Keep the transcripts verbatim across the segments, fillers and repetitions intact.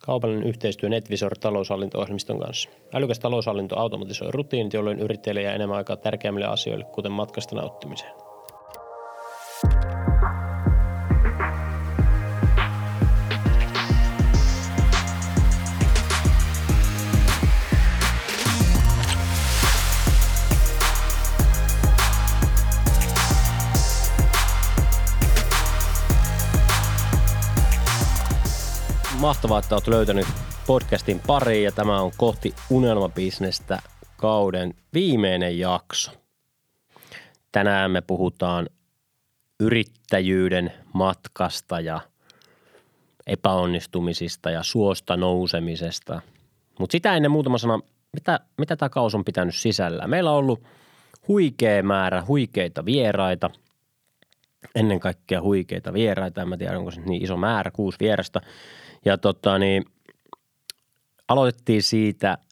Kaupallinen yhteistyö NetVisor taloushallinto-ohjelmiston kanssa. Älykäs taloushallinto automatisoi rutiinit, jolloin yrittäjille jää enemmän aikaa tärkeämmille asioille, kuten matkasta nauttimiseen. Mahtavaa, että olet löytänyt podcastin pariin ja tämä on Kohti unelmabisnestä kauden viimeinen jakso. Tänään me puhutaan yrittäjyyden matkasta ja epäonnistumisista ja suosta nousemisesta. Mutta sitä ennen muutama sana, mitä, mitä tämä kaus on pitänyt sisällä. Meillä on ollut huikea määrä huikeita vieraita, ennen kaikkea huikeita vieraita. En mä tiedä, onko se niin iso määrä, kuusi vierasta. Ja tota niin, aloitettiin siitä äh,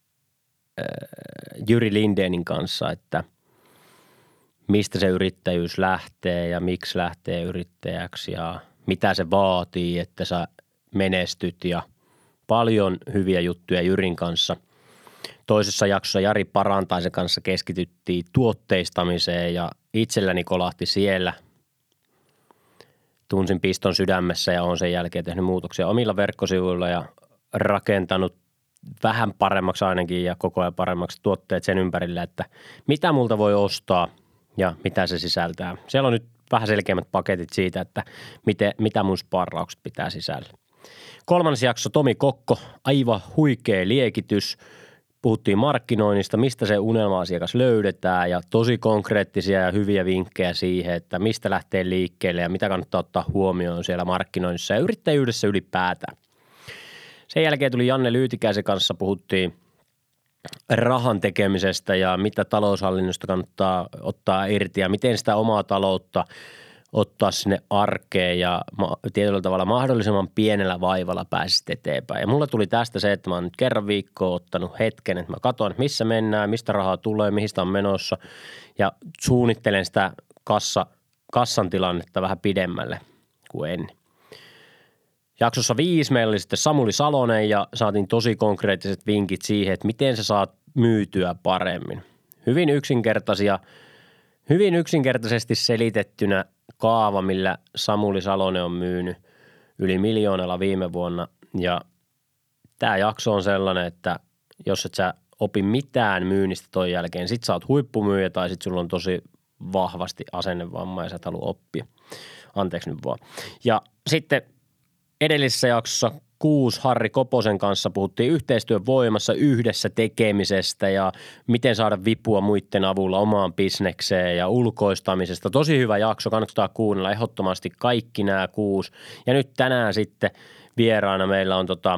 Jyri Lindénin kanssa, että mistä se yrittäjyys lähtee ja miksi lähtee yrittäjäksi ja mitä se vaatii, että sä menestyt ja paljon hyviä juttuja Jyrin kanssa. Toisessa jaksossa Jari Parantaisen kanssa keskityttiin tuotteistamiseen ja itselläni kolahti siellä. Tunsin piston sydämessä ja olen sen jälkeen tehnyt muutoksia omilla verkkosivuilla ja rakentanut vähän paremmaksi ainakin ja koko ajan paremmaksi tuotteet sen ympärille, että mitä multa voi ostaa ja mitä se sisältää. Siellä on nyt vähän selkeämmät paketit siitä, että miten, mitä mun sparraukset pitää sisällä. Kolmannes jakso Tomi Kokko, aivan huikea liekitys. Puhuttiin markkinoinnista, mistä se unelma-asiakas löydetään ja tosi konkreettisia ja hyviä vinkkejä siihen, että mistä lähtee liikkeelle ja mitä kannattaa ottaa huomioon siellä markkinoinnissa ja yrittäjyydessä ylipäätään. Sen jälkeen tuli Janne Lyytikäisen kanssa, puhuttiin rahan tekemisestä ja mitä taloushallinnosta kannattaa ottaa irti ja miten sitä omaa taloutta ottaa sinne arkeen ja tietyllä tavalla mahdollisimman pienellä vaivalla pääsisit eteenpäin. Ja mulla tuli tästä se, että mä oon nyt kerran viikkoa ottanut hetken, että mä katson, missä mennään, mistä rahaa tulee, mihin sitä on menossa ja suunnittelen sitä kassa, kassan tilannetta vähän pidemmälle kuin ennen. Jaksossa viisi meillä oli sitten Samuli Salonen ja saatiin tosi konkreettiset vinkit siihen, että miten sä saat myytyä paremmin. Hyvin yksinkertaisia, hyvin yksinkertaisesti selitettynä kaava, millä Samuli Salonen on myynyt yli miljoonalla viime vuonna ja tämä jakso on sellainen, että jos et sä opi mitään myynnistä ton jälkeen, sit sä oot huippumyyjä tai sit sulla on tosi vahvasti asennevamma ja sä et halua oppia. Anteeksi nyt vaan. Ja sitten edellisessä jaksossa kuusi Harri Koposen kanssa puhuttiin yhteistyön voimassa, yhdessä tekemisestä ja miten saada vipua muiden avulla omaan bisnekseen ja ulkoistamisesta. Tosi hyvä jakso, kannattaa kuunnella ehdottomasti kaikki nämä kuusi. Ja nyt tänään sitten vieraana meillä on tota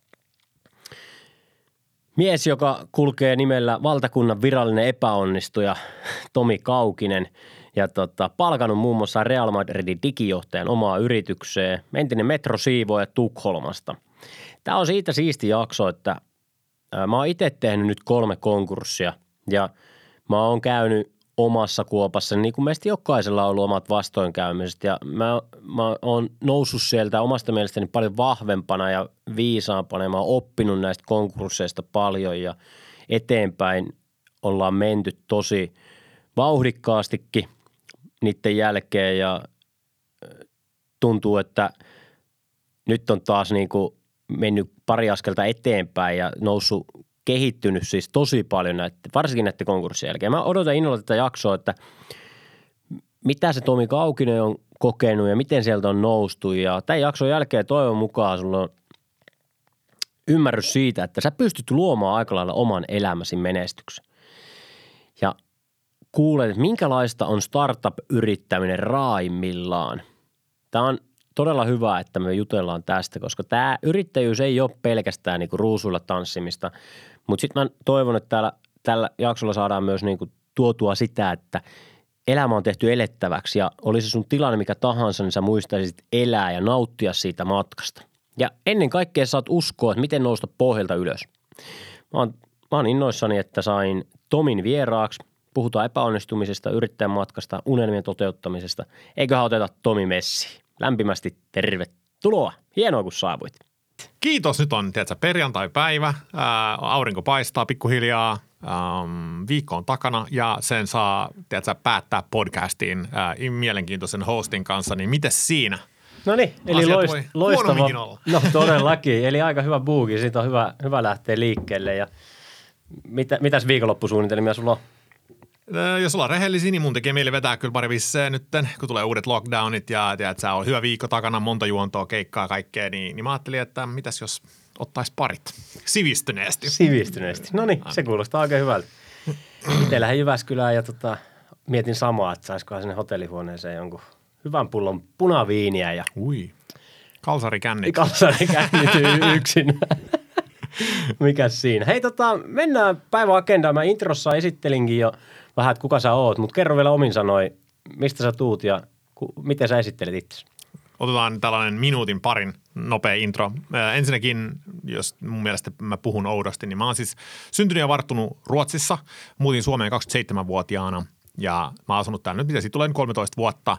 mies, joka kulkee nimellä valtakunnan virallinen epäonnistuja Tomi Kaukinen. Ja tota, palkannut muun muassa Real Madridin digijohtajan omaa yritykseen, entinen metrosiivooja Tukholmasta. Tämä on siitä siisti jakso, että ää, mä oon itse tehnyt nyt kolme konkurssia ja mä oon käynyt omassa kuopassa, niin kuin meistä jokaisella on ollut omat vastoinkäymiset ja mä, mä oon noussut sieltä omasta mielestäni paljon vahvempana ja viisaampana ja mä oon oppinut näistä konkursseista paljon ja eteenpäin ollaan menty tosi vauhdikkaastikin niiden jälkeen ja tuntuu, että nyt on taas niin kuin mennyt pari askelta eteenpäin ja noussut, kehittynyt siis tosi paljon näitä, varsinkin näiden konkurssien jälkeen. Mä odotan innolla tätä jaksoa, että mitä se Tomi Kaukinen on kokenut ja miten sieltä on noustu ja tämän jakson jälkeen toivon mukaan sulla on ymmärrys siitä, että sä pystyt luomaan aika lailla oman elämäsi menestyksen. Ja kuulet, että minkälaista on startup-yrittäminen raaimmillaan. Tämä on todella hyvä, että me jutellaan tästä, koska tämä yrittäjyys ei ole pelkästään niinku ruusuilla tanssimista, mutta sitten mä toivon, että täällä, tällä jaksolla saadaan myös niinku tuotua sitä, että elämä on tehty elettäväksi ja olisi sun tilanne mikä tahansa, niin sä muistaisit elää ja nauttia siitä matkasta. Ja ennen kaikkea saat uskoa, että miten nousta pohjalta ylös. Mä oon, mä oon innoissani, että sain Tomin vieraaksi. Puhutaan epäonnistumisesta, yrittäjän matkasta, unelmien toteuttamisesta. Eiköhän oteta Tomi messiin. Lämpimästi tervetuloa. Hienoa, kun saavuit. Kiitos. Nyt on, tiedätkö, perjantai-päivä. Ää, aurinko paistaa pikkuhiljaa. Ähm, viikko on takana ja sen saa, tiedätkö, päättää podcastiin ää, mielenkiintoisen hostin kanssa. Niin mites siinä? No niin, eli loist, loistava. Olla. No todellakin, eli aika hyvä buuki. Siitä on hyvä, hyvä lähteä liikkeelle. Ja mitä, mitäs viikonloppusuunnitelmia sulla on? Jos ollaan rehellisiä, niin mun tekee mieli vetää kyllä pari visseä nyt, kun tulee uudet lockdownit ja tiedät, sä on hyvä viikko takana, monta juontoa, keikkaa, kaikkea, niin, niin mä ajattelin, että mitäs jos ottais parit sivistyneesti. Sivistyneesti. No niin, se kuulostaa oikein hyvältä. Itse lähdin Jyväskylään ja tota, mietin samaa, että saisikohan sinne hotellihuoneeseen jonkun hyvän pullon punaviiniä. Ja Ui, kalsari kännit. Kalsari kännit yksin. Mikäs siinä? Hei tota, mennään päivän agendaan. Mä introssa esittelinkin jo vähän, että kuka sä oot, mutta kerro vielä omin sanoi, mistä sä tuut ja ku, miten sä esittelet itsesi? Otetaan tällainen minuutin parin nopea intro. Äh, ensinnäkin, jos mun mielestä mä puhun oudosti, niin mä oon siis syntynyt ja varttunut Ruotsissa. Muutin Suomeen kaksikymmentäseitsemänvuotiaana ja mä oon asunut täällä nyt, mitä siitä tulee kolmetoista vuotta.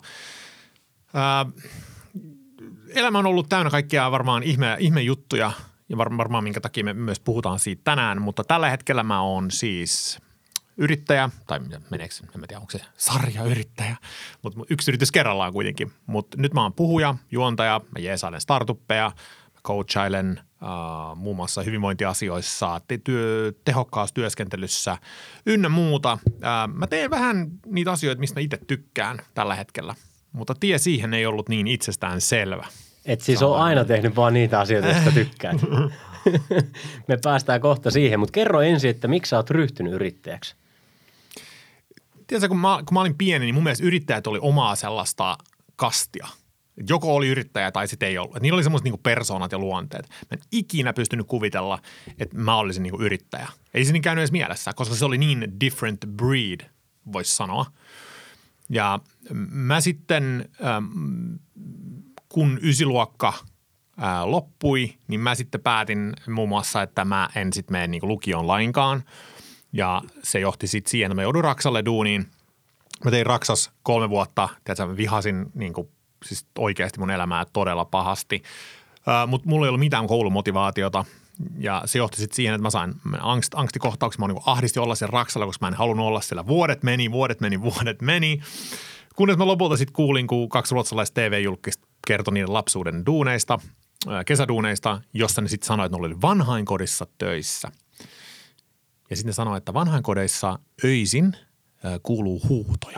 Äh, elämä on ollut täynnä kaikkia varmaan ihme, ihme juttuja ja var, varmaan minkä takia me myös puhutaan siitä tänään, mutta tällä hetkellä mä oon siis yrittäjä, tai meneekö, en tiedä, onko se sarjayrittäjä, mutta yksi yritys kerrallaan kuitenkin. Mutta nyt mä oon puhuja, juontaja, mä jeesailen startuppeja, mä coachailen uh, muun muassa hyvinvointiasioissa, te- työ, tehokkaassa työskentelyssä ynnä muuta. Uh, mä teen vähän niitä asioita, mistä mä itse tykkään tällä hetkellä, mutta tie siihen ei ollut niin itsestään selvä. Et siis on aina tehnyt vaan niitä asioita, joista tykkäät. Me päästään kohta siihen, mutta kerro ensin, että miksi sä oot ryhtynyt yrittäjäksi? Tiedätkö, kun mä, kun mä olin pieni, niin mun mielestä yrittäjät oli omaa sellaista kastia. Joko oli yrittäjä tai sitten ei ollut. Et niillä oli semmoiset niinku persoonat ja luonteet. Mä en ikinä pystynyt kuvitella, että mä olisin niinku yrittäjä. Ei se niin käynyt edes mielessä, koska se oli niin different breed, voisi sanoa. Ja mä sitten, ähm, kun ysiluokka ää, loppui, niin mä sitten päätin muun muassa, että mä en sitten mene niinku lukioon lainkaan. Ja se johti sitten siihen, että mä joudun Raksalle duuniin. Mä tein Raksas kolme vuotta, tiedätkö, mä vihasin niinku, siis oikeasti mun elämää todella pahasti. Äh, Mutta mulla ei ollut mitään koulumotivaatiota ja se johti sitten siihen, että mä sain angst, angstikohtauksia. Mä niinku ahdisti olla siellä Raksalla, koska mä en halunnut olla siellä. Vuodet meni, vuodet meni, vuodet meni. Kunnes mä lopulta sitten kuulin, kun kaksi ruotsalaista T V-julkista kertoi niiden lapsuuden duuneista, äh, kesäduuneista, jossa ne sitten sanoi, että ne oli vanhainkodissa töissä. Ja sitten ne sanoi, että vanhainkodeissa öisin äh, kuuluu huutoja.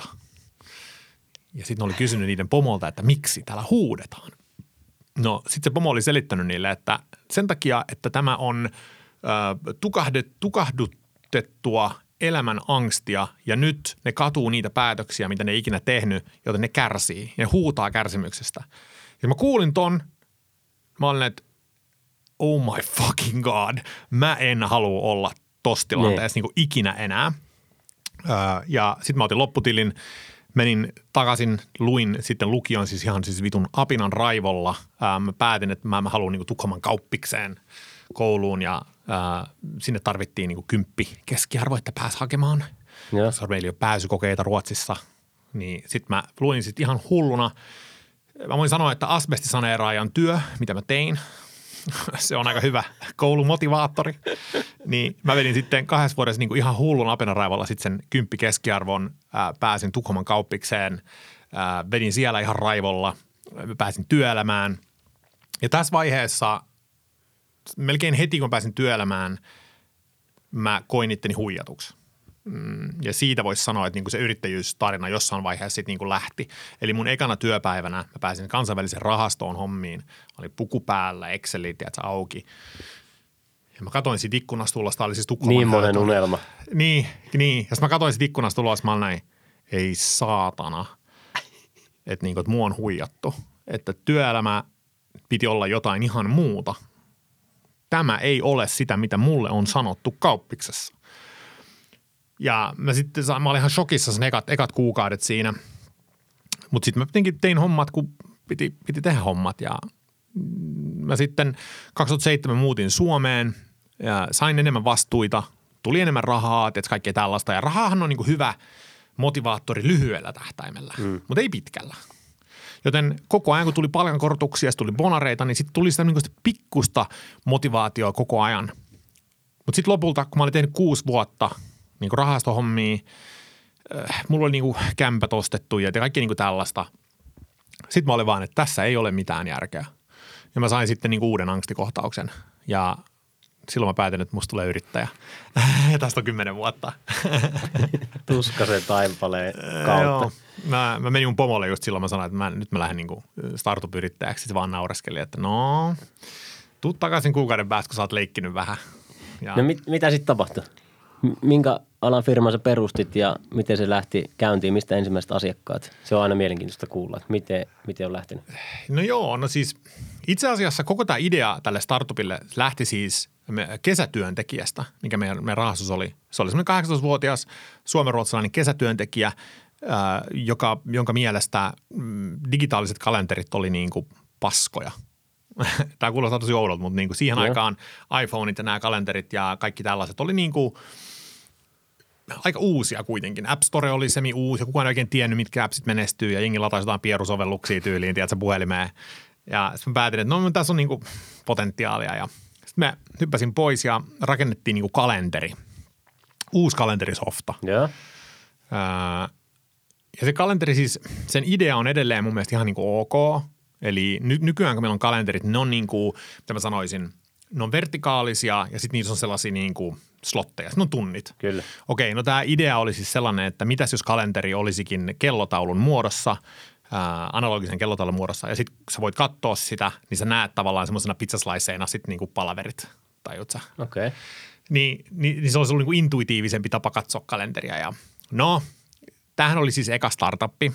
Ja sitten ne oli kysynyt niiden pomolta, että miksi täällä huudetaan. No sitten se pomo oli selittänyt niille, että sen takia, että tämä on äh, tukahdet, tukahdutettua elämän angstia ja nyt ne katuu niitä päätöksiä, mitä ne ei ikinä tehnyt, joten ne kärsii. Ja ne huutaa kärsimyksestä. Ja mä kuulin ton, mä olin, että oh my fucking god, mä en halua olla tossa tilanteessa niin kuin ikinä enää. Öö, ja sitten mä otin lopputilin, menin takaisin, luin sitten lukion siis ihan siis vitun apinan raivolla. Öö, mä päätin, että mä, mä haluan niin kuin Tukholman kauppikseen kouluun ja öö, sinne tarvittiin niin kuin kymppi keskiarvo, että pääsi hakemaan. Ja. Koska meillä ei ole pääsykokeita Ruotsissa. Niin sitten mä luin sitten ihan hulluna. Mä voin sanoa, että asbestisaneeraajan työ, mitä mä tein, se on aika hyvä koulumotivaattori. Niin mä vedin sitten kahdessa vuodessa niin kuin ihan hullun apenaraivalla sitten sen kymppi keskiarvon, ää, pääsin Tukholman kauppikseen, ää, vedin siellä ihan raivolla, pääsin työelämään. Ja tässä vaiheessa melkein heti kun pääsin työelämään, mä koin itteni huijatuksi. Ja siitä voisi sanoa, että niinku se yrittäjyystarina jossain vaiheessa sitten niinku lähti. Eli mun ekana työpäivänä mä pääsin kansainvälisen rahastoon hommiin. Mä olin puku päällä, Excelit ja auki. Ja mä katsoin siitä ikkunasta ulos. Tää oli siis Tukholman Niin monen unelma. Niin, niin. Ja sitten mä katsoin siitä ikkunasta ulos. Mä olin näin, ei saatana, että niinku, et mua on huijattu. Että työelämä piti olla jotain ihan muuta. Tämä ei ole sitä, mitä mulle on sanottu kauppiksessa. Ja mä sitten, mä olin ihan shokissa sen ekat, ekat kuukaudet siinä, mutta sitten mä tietenkin tein hommat, kun piti, piti tehdä hommat ja mä sitten kaksituhattaseitsemän muutin Suomeen ja sain enemmän vastuita, tuli enemmän rahaa, tietysti kaikkea tällaista ja rahahan on niin kuin hyvä motivaattori lyhyellä tähtäimellä, mm. mutta ei pitkällä. Joten koko ajan, kun tuli palkankorotuksia ja tuli bonareita, niin sitten tuli sitä niin sitä pikkusta motivaatioa koko ajan. Mutta sitten lopulta, kun mä olin tehnyt kuusi vuotta niin kuin rahastohommia, äh, mulla oli niin kuin kämpät ostettu ja kaikki niin kuin tällaista. Sitten mä olin vaan, että tässä ei ole mitään järkeä. Ja mä sain sitten niin kuin uuden angstikohtauksen ja silloin mä päätin, että musta tulee yrittäjä. Ja tästä on kymmenen vuotta. Tuskaisen taipaleen kautta. Joo. Mä, mä menin mun pomolle just silloin, mä sanoin, että mä, nyt mä lähden niin startup-yrittäjäksi. Sitten se vaan naureskeli, että no, tuu takaisin kuukauden päästä, kun sä oot leikkinyt vähän. Ja No mit, mitä sitten tapahtui? Minkä alan firman sä perustit ja miten se lähti käyntiin? Mistä ensimmäiset asiakkaat? Se on aina mielenkiintoista kuulla, että miten, miten on lähtenyt. No joo, no siis itse asiassa koko tämä idea tälle startupille lähti siis kesätyöntekijästä, mikä meidän, meidän rahastus oli. Se oli semmoinen kahdeksantoistavuotias suomenruotsalainen kesätyöntekijä, ää, joka, jonka mielestä mm, digitaaliset kalenterit oli niin kuin paskoja. Tämä kuulostaa tosi oudolta, mutta niin kuin siihen Joo. aikaan iPhoneit ja nämä kalenterit ja kaikki tällaiset oli niin kuin aika uusia kuitenkin. App Store oli semi-uusi ja kukaan ei oikein tiennyt, mitkä appsit menestyy ja jengi lataisi jotain pierusovelluksia tyyliin, tiedätkö, puhelimeen. Ja sitten mä päätin, että no tässä on niin kuin potentiaalia ja sitten mä hyppäsin pois ja rakennettiin niin kuin kalenteri, uusi kalenterisofta. Joo. Ää, ja se kalenteri siis, sen idea on edelleen mun mielestä ihan niin kuin ok. Eli ny- nykyään kun meillä on kalenterit, ne on niin kuin, mitä mä sanoisin, ne on vertikaalisia ja sitten niissä on sellaisia niin kuin slotteja, ne on tunnit. Kyllä. Okei, no tämä idea oli siis sellainen, että mitäs jos kalenteri olisikin kellotaulun muodossa, ää, analogisen kellotaulun muodossa ja sitten kun sä voit katsoa sitä, niin sä näet tavallaan semmoisena pizzasliceina sitten niin kuin palaverit, tajut sä? Okei. Okay. Niin, niin, niin se olisi ollut niin kuin intuitiivisempi tapa katsoa kalenteria ja no, tämähän oli siis eka startuppi.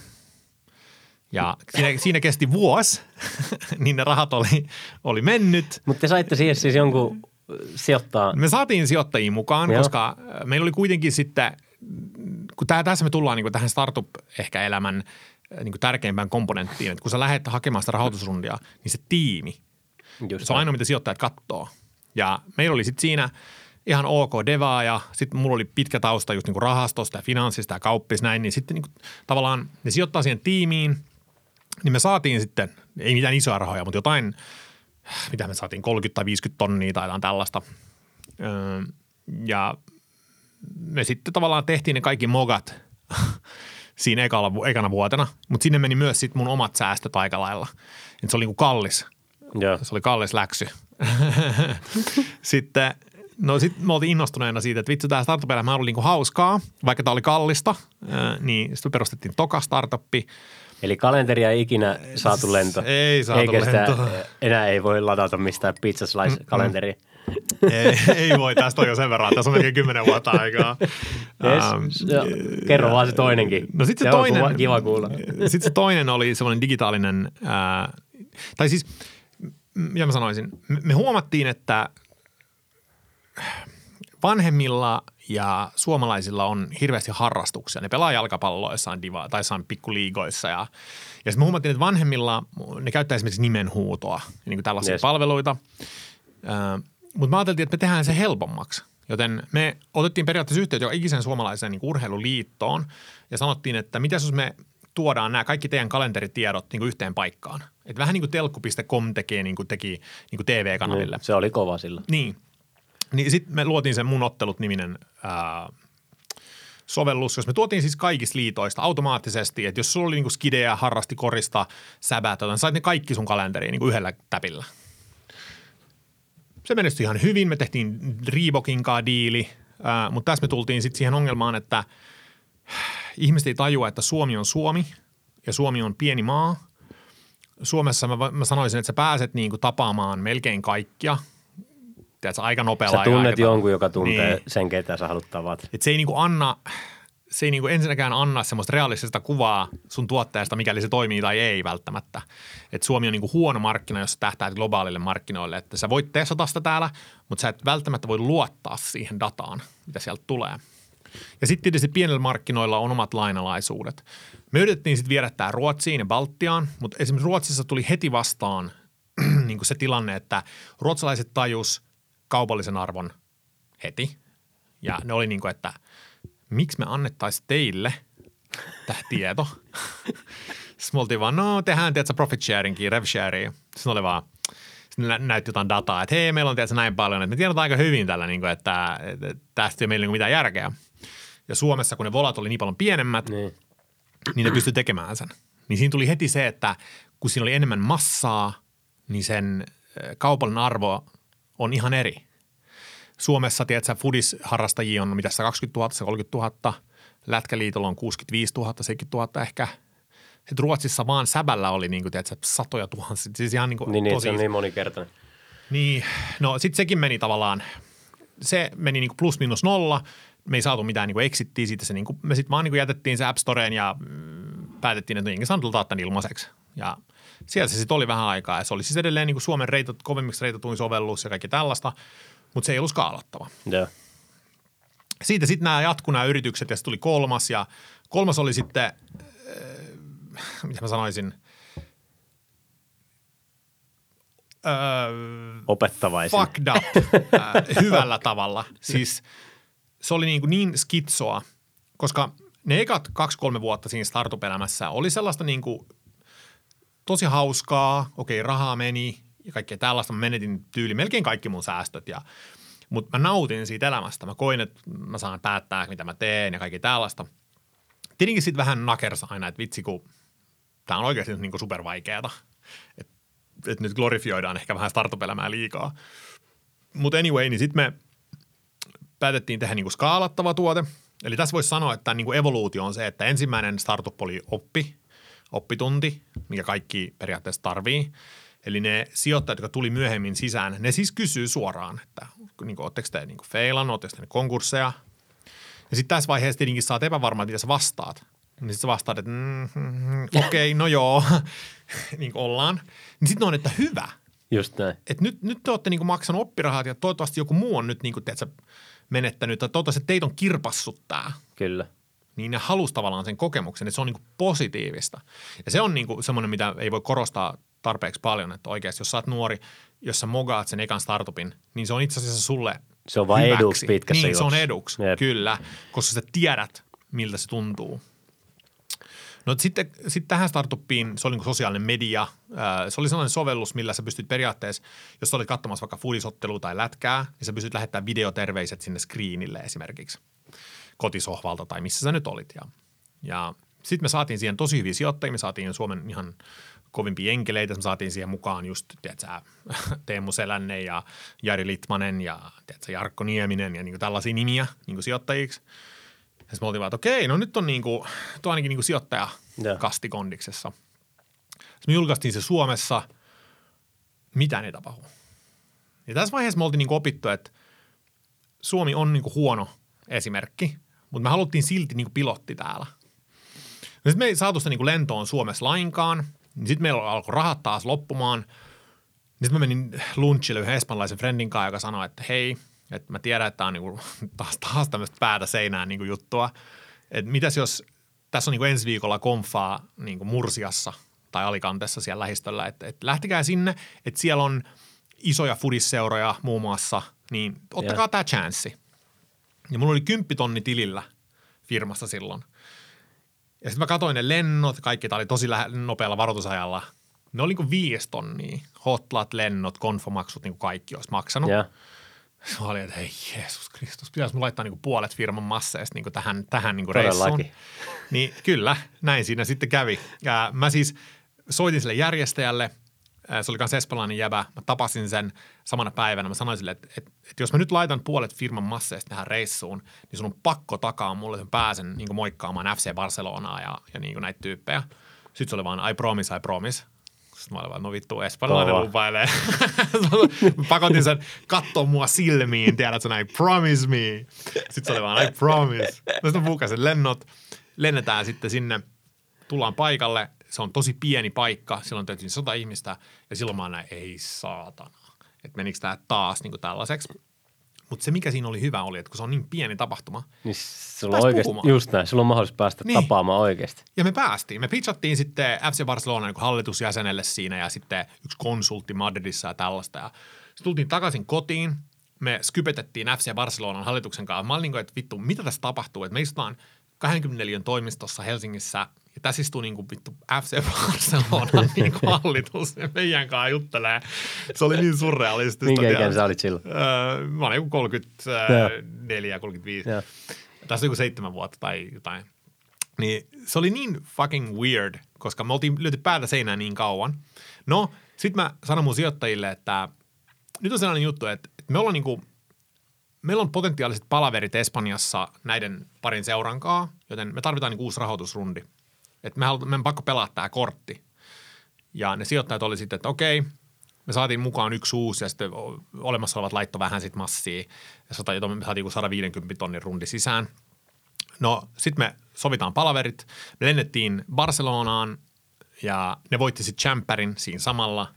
Ja siinä, siinä kesti vuosi, niin ne rahat oli, oli mennyt. Mutta te saitte siihen siis jonkun sijoittaa. Me saatiin sijoittajia mukaan, Joo. koska meillä oli kuitenkin sitten, kun tää, tässä me tullaan niin kuin tähän startup-ehkä-elämän niin kuin tärkeimpään komponenttiin, että kun sä lähdet hakemaan sitä rahoitusrundia, niin se tiimi, Just se on ainoa, mitä sijoittajat katsoo. Ja meillä oli sitten siinä ihan ok devaa ja sitten mulla oli pitkä tausta just niin kuin rahastosta ja finanssista ja kauppis näin, niin sitten niin kuin, tavallaan ne sijoittaa siihen tiimiin, niin me saatiin sitten, ei mitään isoja rahoja, mutta jotain, mitä me saatiin, kolmekymmentä tai viisikymmentä tonnia tai jotain tällaista. Öö, ja me sitten tavallaan tehtiin ne kaikki mogat siinä ekalla, ekana vuotena, mutta sinne meni myös sitten mun omat säästöt aika lailla. Et se oli niin kuin kallis. Joo. Se oli kallis läksy. Sitten, no sitten me oltiin innostuneena siitä, että vitsi, tämä startup-elämä oli niinku hauskaa, vaikka tämä oli kallista, niin sitten me perustettiin toka startuppi. Eli kalenteria ei ikinä saatu lento. Ei saatu Eikä sitä lento. enää ei voi ladata mistään pizza slice kalenteria. ei, ei voi, tästä on jo sen verran, tässä on melkein kymmenen vuotta aikaa. Yes. Ähm, So, kerro vaan se toinenkin. No sitten se, se toinen, on kiva kuulla. Sitten se toinen oli semmoinen digitaalinen, ää, tai siis, mitä mä sanoisin, me, me huomattiin, että vanhemmilla ja suomalaisilla on hirveästi harrastuksia. Ne pelaa jalkapalloa jossain diva, tai jossain pikkuliigoissa. Ja, ja sitten me huomattiin, että vanhemmilla ne käyttää esimerkiksi nimenhuutoa, niin kuin tällaisia Yes. palveluita. Äh, mutta me ajateltiin, että me tehdään se helpommaksi. Joten me otettiin periaatteessa yhteyttä joka ikisen suomalaisen niin kuin urheiluliittoon ja sanottiin, että mitä jos me tuodaan nämä kaikki teidän kalenteritiedot niin kuin yhteen paikkaan. Että vähän niin kuin telkku piste com tekee, niin kuin teki niin kuin T V-kanaville. No, se oli kova silloin. Niin. Niin sitten me luotiin sen Mun ottelut-niminen ää, sovellus, jos me tuotiin siis kaikista liitoista automaattisesti, että jos sulla oli niinku skidejä, harrasti korista, säbät, niin sait ne kaikki sun kalenteriin niinku yhdellä täpillä. Se menestyi ihan hyvin, me tehtiin Reebokin kanssa diili, ää, mutta tässä me tultiin sitten siihen ongelmaan, että ihmiset ei tajua, että Suomi on Suomi ja Suomi on pieni maa. Suomessa mä, mä sanoisin, että sä pääset niinku tapaamaan melkein kaikkia. Tiedätkö, aika nopealla Sä tunnet aikataululla. jonkun, joka tuntee Niin. sen, ketä sä haluat tavata. Et se ei niinku anna, se ei niinku ensinnäkään anna semmoista realistista kuvaa sun tuotteesta, mikäli se toimii tai ei välttämättä. Et Suomi on niinku huono markkina, jos sä tähtäät globaalille markkinoille. Että sä voit testata sitä täällä, mutta sä et välttämättä voi luottaa siihen dataan, mitä sieltä tulee. Ja sitten tietysti pienillä markkinoilla on omat lainalaisuudet. Me yritettiin sitten viedä tämä Ruotsiin ja Baltiaan, mutta esimerkiksi Ruotsissa tuli heti vastaan niin kuin se tilanne, että ruotsalaiset tajus kaupallisen arvon heti. Ja ne oli niin kuin, että miksi me annettaisiin teille tämä tieto. Sitten me oltiin vaan, no tehdään, tiedätkö, profit sharingin, rev sharing. Sitten oli vaan, sitten näytti jotain dataa, että hei, meillä on tiedätkö, näin paljon, että me tiedetään aika hyvin tällä, niin kuin, että, että tästä ei ole meillä niin mitään järkeä. Ja Suomessa, kun ne volat oli niin paljon pienemmät, niin, niin ne pystyi tekemään sen. Niin siinä tuli heti se, että kun siinä oli enemmän massaa, niin sen kaupallinen arvo on ihan eri. Suomessa, tiedätkö, foodis-harrastajia on mitä kaksikymmentätuhatta, kolmekymmentätuhatta, Lätkäliitolla on kuusikymmentäviisituhatta, seitsemänkymmentätuhatta ehkä. Sitten Ruotsissa vaan Säbällä oli niin kuin, tiedätkö, satoja tuhansia. Siis ihan niin kuin niin, tosi... niin, se on niin monikertainen. Niin, no sitten sekin meni tavallaan, se meni niin kuin plus minus nolla. Me ei saatu mitään niin kuin exittiä siitä. Se niin kuin, me sitten vaan niin kuin jätettiin se App Storeen ja mm, päätettiin, että jengi saa ottaa tämän ilmaiseksi. Ja siellä se sitten oli vähän aikaa. Ja se oli siis edelleen niin kuin Suomen reitot, kovemmiksi reitatuin sovellus ja kaikki tällaista, mutta se ei ollut skaalattava. Yeah. Siitä sitten nämä jatkuu nämä yritykset ja sitten tuli kolmas ja kolmas oli sitten, äh, mitä mä sanoisin, äh, opettavaisin. Fucked up äh, hyvällä tavalla. Siis se oli niin, kuin niin skitsoa, koska ne ekat kaksi-kolme vuotta siinä startup-elämässä oli sellaista niin kuin tosi hauskaa, okei rahaa meni ja kaikkea tällaista. Mä menetin tyyli melkein kaikki mun säästöt ja mutta mä nautin siitä elämästä. Mä koin, että mä saan päättää, mitä mä teen ja kaikki tällaista. Tietenkin sitten vähän nakersa aina, että vitsi, kun tää on oikeasti niin supervaikeata. Että et nyt glorifioidaan ehkä vähän startup-elämää liikaa. Mutta anyway, niin sitten me päätettiin tehdä niin skaalattava tuote. Eli tässä voisi sanoa, että niin evoluutio on se, että ensimmäinen startup oli oppi, oppitunti, mikä kaikki periaatteessa tarvii. Eli ne sijoittajat, jotka tuli myöhemmin sisään, ne siis kysyy suoraan, että niin kuin, ootteko te niin feilannut, ootteko te konkursseja. Ja sitten tässä vaiheessa tietenkin saat epävarmaa, mitä sä vastaat. Niin sitten sä vastaat, että mm, mm, okei, okay, no joo, niin kuin ollaan. Niin sitten on, että hyvä. Just näin. Että nyt, nyt te olette niin kuin maksanut oppirahat ja toivottavasti joku muu on nyt niin kuin, teetkö, menettänyt, tai toivottavasti teitä on kirpassut tää. Kyllä. Niin ne halusi tavallaan sen kokemuksen, että se on niin kuin positiivista. Ja se on niin kuin semmoinen, mitä ei voi korostaa tarpeeksi paljon, että oikeasti jos sä oot nuori, jos sä mogaat sen ekan startupin, niin se on itse asiassa sulle se on vaan hyväksi. eduksi pitkässä Niin, juoksussa. se on eduksi, Jep. kyllä, koska sä tiedät, miltä se tuntuu. No sitten sit tähän startuppiin, se oli niin kuin sosiaalinen media. Se oli sellainen sovellus, millä sä pystyt periaatteessa, jos sä olit katsomassa vaikka foodisottelua tai lätkää, niin sä pystyt lähettämään videoterveiset sinne screenille esimerkiksi kotisohvalta tai missä sä nyt olit. Ja, ja sitten me saatiin siihen tosi hyviä sijoittajia, me saatiin Suomen ihan kovimpia enkeleitä, me saatiin siihen mukaan just, tiedätkö, Teemu Selänne ja Jari Litmanen ja tiedätkö, Jarkko Nieminen ja niin kuin tällaisia nimiä niin kuin sijoittajiksi. Ja sitten me oltiin vaan, että okei, no nyt on niin kuin, tuo ainakin niin kuin sijoittaja kastikondiksessa. Sitten me julkaistiin se Suomessa, mitä ei tapahdu. Ja tässä vaiheessa me oltiin niin kuin opittu, että Suomi on niin kuin huono esimerkki, mutta me haluttiin silti niin kuin pilotti täällä. No sitten me ei saatu sitä niin kuin lentoon Suomessa lainkaan, niin sitten meillä alkoi rahat taas loppumaan. Sitten mä menin lunchille yhden espanjalaisen friendin kanssa, joka sanoi, että hei, että mä tiedän, että tämä on niin kuin taas, taas tämmöistä päätä seinään niin kuin juttua. Että mitäs jos tässä on niin kuin ensi viikolla konfaa niin kuin Mursiassa tai Alicantessa siellä lähistöllä, että, että lähtekää sinne, että siellä on isoja foodisseuroja muun muassa, niin ottakaa yeah. tämä chanssi. Ja mulla oli kymppitonni tilillä firmassa silloin. Ja sitten mä katsoin ne lennot, kaikki, tää oli tosi lähe, nopealla varoitusajalla. Ne oli niin kuin viisi tonnia, hotlat, lennot, konfomaksut, niin kuin kaikki olisi maksanut. Yeah. Mä olin, että hei Jeesus Kristus, pitäisi mun laittaa niin kuin puolet firman masseista niin kuin tähän, tähän niin kuin reissuun. Niin kyllä, näin siinä sitten kävi. Ja mä siis soitin sille järjestäjälle, se oli kanssa espanjalainen jäbä, mä tapasin sen samana päivänä. Mä sanoin sille, että, että, että jos mä nyt laitan puolet firman masseista tähän reissuun, niin sun on pakko takaa mulle, että mä pääsen niin kuin moikkaamaan F C Barcelonaa ja, ja niin kuin näitä tyyppejä. Sitten se oli vaan I promise, I promise. Sitten mä olin vaan, no vittu, espanjalainen lupailee. Mä pakotin sen katsoa mua silmiin, tiedätkö näin, promise me. Sitten se oli vaan, I promise. Sitten mä buukasin lennot, lennetään sitten sinne, tullaan paikalle. Se on tosi pieni paikka, silloin täytyy sata ihmistä ja silloin mä näin, ei saatana. Että menikö tää taas niin kuin tällaiseksi. Mutta se, mikä siinä oli hyvä, oli, että kun se on niin pieni tapahtuma, niin sulla on oikeasti, just näin, sulla on mahdollisuus päästä niin. tapaamaan oikeasti. Ja me päästiin. Me pitchattiin sitten F C Barcelona niin hallitusjäsenelle siinä ja sitten yksi konsultti Madridissa ja tällaista. Ja sitten tultiin takaisin kotiin. Me skypetettiin F C Barcelonan hallituksen kanssa. Mä olin niin kuin, että vittu, mitä tässä tapahtuu? Että me istutaan kaksikymmentäneljä toimistossa Helsingissä Ja tässä istuu niinku vittu F C Barcelona niinku hallitus ja meidän kanssa juttelee. Se oli niin surrealistista. Minkä ikäinen sä olit silloin? Öö, mä olin joku kolmekymmentäneljä kolmekymmentäviisi. Joo. Tässä on joku seitsemän vuotta tai jotain. Niin se oli niin fucking weird, koska me oltiin lyöty päätä seinään niin kauan. No, sit mä sanon mun sijoittajille, että nyt on sellainen juttu, että me ollaan niinku, meillä on potentiaaliset palaverit Espanjassa näiden parin seurankaa, joten me tarvitaan niinku uusi rahoitusrundi. Että me halutaan, meidän pakko pelaa tää kortti. Ja ne sijoittajat oli sitten, että okei, me saatiin mukaan yksi uusi ja sitten olemassa olevat laitto vähän sit massia. Ja me saatiin sata viisikymmentä tonnin rundi sisään. No sitten me sovitaan palaverit. Me lennettiin Barcelonaan ja ne voitti sitten Champerin siinä samalla.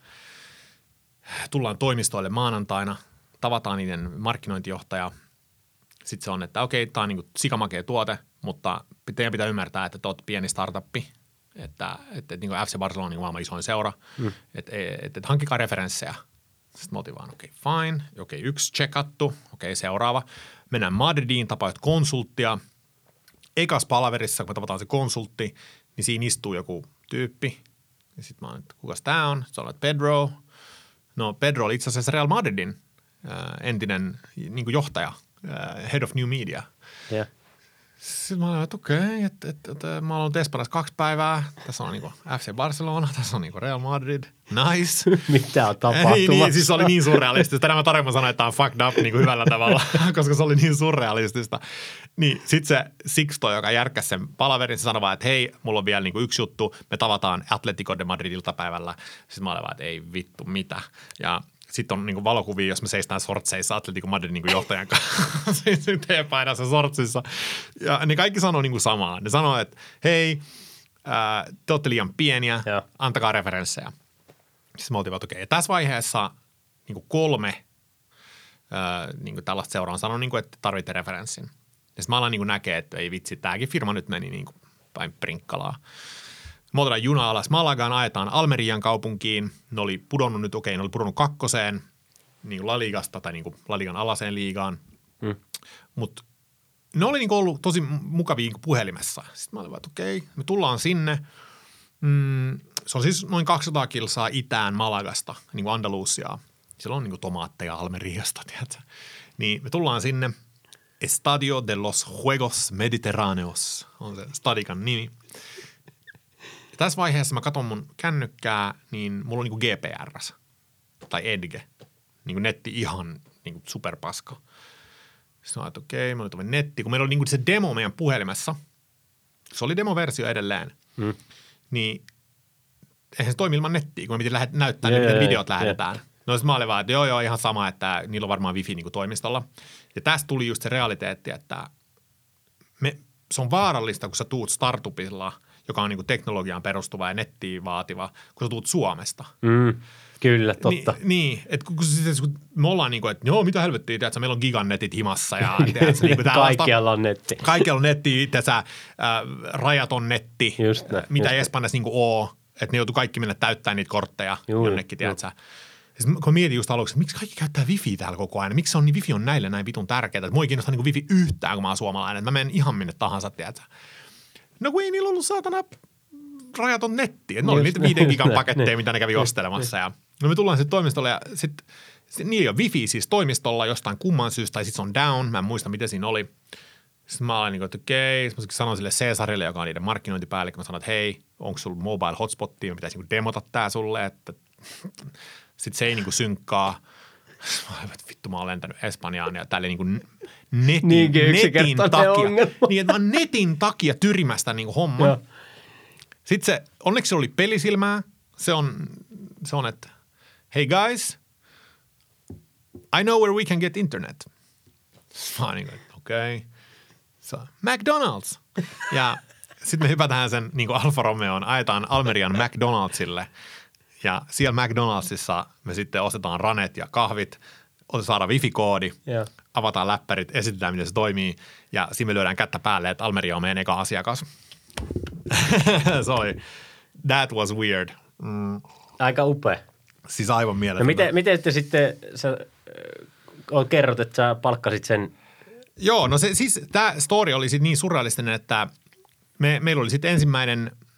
Tullaan toimistoille maanantaina, tavataan niiden markkinointijohtaja. Sitten se on, että okei, tämä on niinku sikamakea tuote, mutta teidän pitää ymmärtää, että te olette pieni startuppi, että, että, että niin kuin F C Barcelona on niin maailman isoin seura, mm. että, että, että hankkikaa referenssejä. Sitten me oltiin vaan, okei, okay, fine, okei, okay, yksi checkattu, okei, okay, seuraava. Mennään Madridiin, tapaat konsulttia. Ekas palaverissa, kun me tavataan se konsultti, niin siinä istuu joku tyyppi. Ja sitten mä oon, että kukas tää on? Se on Pedro. No Pedro oli itse asiassa Real Madridin äh, entinen niin kuin johtaja, äh, head of new media. Yeah. Sitten mä olin, että okei, okay, että, että, että mä oon ollut Espanjassa kaksi päivää. Tässä on niin kuin F C Barcelona, tässä on niin kuin Real Madrid. Nice. Mitä on tapahtumassa? Niin, niin, siis se oli niin surrealistista. Tänään mä tarjoin sanoa, että tämä on fucked up niin kuin hyvällä tavalla, koska se oli niin surrealistista. Niin, sit se Sixto, joka järkkäsi sen palaverin, se sanoi vaan, että hei, mulla on vielä niin kuin yksi juttu. Me tavataan Atletico de Madrid iltapäivällä. Sitten mä olin vaan, että ei vittu, mitä. Ja sitten on niinku valokuvia, jos me seistään sortseissa Atletico Madridin niinku johtajan kanssa sitten painassa sortsissa. Ja ne kaikki sanoo niinku samaa. Ne sanoo, että hei, ää, te olette liian pieniä, ja. Antakaa referenssejä. Sitten me oltiin, että okei. Ja tässä vaiheessa niinku kolme ää, niinku tällaista seuraa on sanonut, niinku, että tarvitte referenssin. Ja sitten mä alan niinku näkee, että ei vitsi, tämäkin firma nyt meni niinku päin prinkkalaa. Me otetaan juna alas Malagaan, ajetaan Almerian kaupunkiin. Ne oli pudonnut nyt, okei, ne oli pudonnut kakkoseen niin kuin La Ligasta tai niin kuin La Ligan alaseen liigaan. Mm. Mutta ne oli niin kuin ollut tosi mukavia niin kuin puhelimessa. Sitten mä olin vaan, että okei, me tullaan sinne. Mm, se on siis noin kaksisataa kilsaa itään Malagasta, niin kuin Andalusiaa. Siellä on niin kuin tomaatteja Almeriasta, tiedätkö? Niin me tullaan sinne. Estadio de los Juegos Mediterraneos on se stadikan nimi. Tässä vaiheessa mä katson mun kännykkää, niin mulla on niinku G P R S tai Edge, niinku netti ihan niinku superpaska. Sitten mä että okei, mä olin netti, kun meillä oli niinku se demo meidän puhelimessa, se oli demoversio edelleen, mm. niin eihän se toimi ilman nettiä, kun me piti lähet, näyttää, yeah, miten yeah, videot yeah. lähetetään. No sitten mä olin vaan, että joo joo ihan sama, että niillä on varmaan wifi niinku toimistolla. Ja tästä tuli just se realiteetti, että me, se on vaarallista, kun sä tuut startupilla – joka on niin kuin teknologiaan perustuva ja nettiin vaativa, kun sä tuut Suomesta. Mm, kyllä, totta. Ni, niin, että kun, kun me ollaan niin kuin, että joo, mitä helvettiä, tiedätkö, meillä on gigannetit himassa. Ja, tiedätkö, niin kaikkialla on netti. Kaikkialla on netti, tiedätkö, äh, rajaton netti, just ne, mitä just ei Espanjassa niin kuin ole, että ne joutuu kaikki mennä täyttämään niitä kortteja Juu, jonnekin, tiedätkö. Sitten kun mietin just aluksi, että miksi kaikki käyttää wifi täällä koko ajan, miksi se on niin, wifi on näille näin vitun tärkeää, että mua ei kiinnostaa niin kuin wifi yhtään, kun mä oon suomalainen, että mä menen ihan minne tahansa, tiedätkö. No kun ei niillä ollut saatana rajaton netti. Ne oli niitä viiden gigan paketteja, mitä ne kävi ostelemassa. Ja no me tullaan sitten toimistolle ja sitten sit, niillä ei ole wifi siis toimistolla jostain kumman syystä tai sitten se on down. Mä en muista, miten siinä oli. Sitten mä olin niin kuin, että okei. Sitten mä sanoin sille Cesarille, joka on niiden markkinointipäällikkö. Mä sanoin, että hei, onko sulla mobile hotspottia? Mä pitäisi niin demota tää sulle. Että sitten se ei niin kuin synkkaa. Mä olin, että vittu mä oon lentänyt Espanjaan ja täällä niin kuin netin, netin takia. Niin, että mä netin takia tyrimästä niin kuin homman. Ja. Sitten se, onneksi se oli pelisilmää. Se on, se on, että hey guys, I know where we can get internet. Mä oon niin kuin, että okei. Okay. So, McDonald's. Ja sitten me hypätään sen niin kuin Alfa Romeoon, ajetaan Almerian McDonald'sille. Ja siellä McDonald'sissa me sitten ostetaan ranet ja kahvit, saadaan wifi-koodi, yeah. avataan läppärit, esitetään, miten se toimii. Ja siinä me lyödään kättä päälle, että Almeria on meidän eka asiakas. Se oli, that was weird. Mm. Aika upea. Siis aivan mieletöntä. No miten, miten te sitten, sä äh, kerrot, että sä palkkasit sen? Joo, no se, siis tämä story oli sitten niin surrealistinen, että me, meillä oli sitten ensimmäinen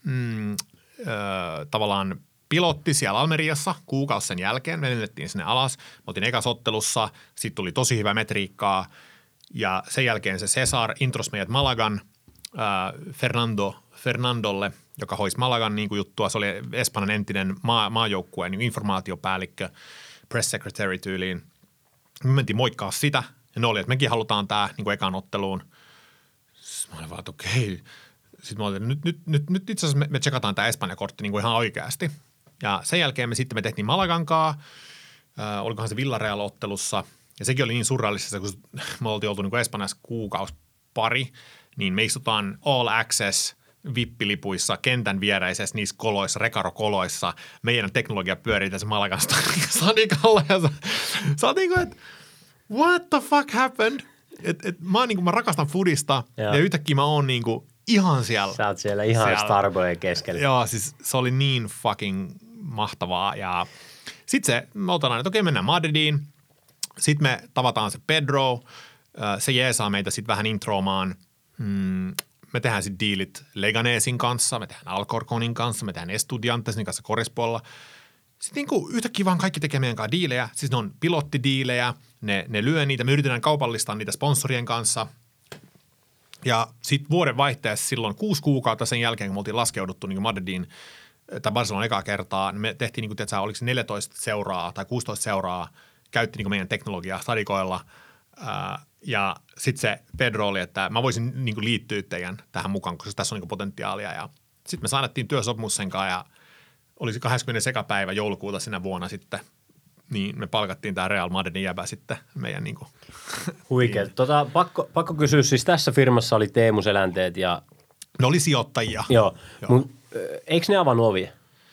mm, ö, tavallaan pilotti siellä Almeriassa kuukausi sen jälkeen. Me lennettiin sinne alas. Me oltiin ekassa ottelussa. Sitten tuli tosi hyvä metriikkaa. Ja sen jälkeen se Cesar intros meidät Malagan ö, Fernando, Fernandolle, joka hoisi Malagan niin kuin juttua. Se oli Espanjan entinen maa, maajoukkueen niin informaatiopäällikkö, press secretary tyyliin. Me mentiin moikkaa sitä. Ja ne oli, että mekin halutaan tämä niin kuin ekaan otteluun. Sitten mä olin vaan, että okei. Sitten mä olin, että nyt, nyt, nyt, nyt itse asiassa me, me tsekataan tämä Espanja-kortti niin kuin ihan oikeasti. Ja sen jälkeen me sitten me tehtiin Malagankaa. Äh, olikohan se Villarreal-ottelussa. Ja sekin oli niin surrealistista, kun me oltiin oltu niin kuin Espanjassa kuukausi pari. Niin me istutaan all access vippilipuissa, kentän vieräisessä niissä koloissa, rekarokoloissa. Meidän teknologia pyörii tässä Malagan stadikalla. Ja sä oot niin kuin, että what the fuck happened? Et, et, mä, niin kuin, mä rakastan foodista ja, ja yhtäkkiä mä oon niin kuin ihan siellä. Sä oot siellä ihan siellä. Starboyen keskellä. Joo, siis se oli niin fucking mahtavaa. Ja sit se, me otetaan, että okei, mennään Madridiin. Sitten me tavataan se Pedro. Se jeesaa meitä sitten vähän introomaan. Hmm, me tehdään sitten diilit Leganesin kanssa, me tehdään Alcorconin kanssa, me tehdään Estudiantesin kanssa Korispolla. Sitten niin kuin yhtäkkiä vaan kaikki tekee meidän kanssa diilejä. Siis ne on pilottidiilejä, ne, ne lyö niitä, me yritetään kaupallistaa niitä sponsorien kanssa. Ja sitten vuoden vaihteessa silloin kuusi kuukautta sen jälkeen, kun me oltiin laskeuduttu niin kuin Madridiin tai Barcelonan ekaa kertaa, niin me tehtiin, niin kuin, tiedätkö, oliko se neljätoista seuraa tai kuusitoista seuraa, käytti niin kuin meidän teknologiaa stadikoilla. Ää, ja sitten se Pedro oli, että mä voisin niin kuin liittyä teidän tähän mukaan, koska tässä on niin kuin potentiaalia. Ja sitten me saadettiin työsopimus sen kanssa ja olisi kahdeskymmenes päivä joulukuuta sinä vuonna sitten, niin me palkattiin tämä Real Madridin jäbä sitten meidän niin kuin. Huikea. Tota, pakko, pakko kysyä, siis tässä firmassa oli Teemu Selänteet ja. Ne oli sijoittajia. Joo, Joo. Mut eikö ne avannut ovia?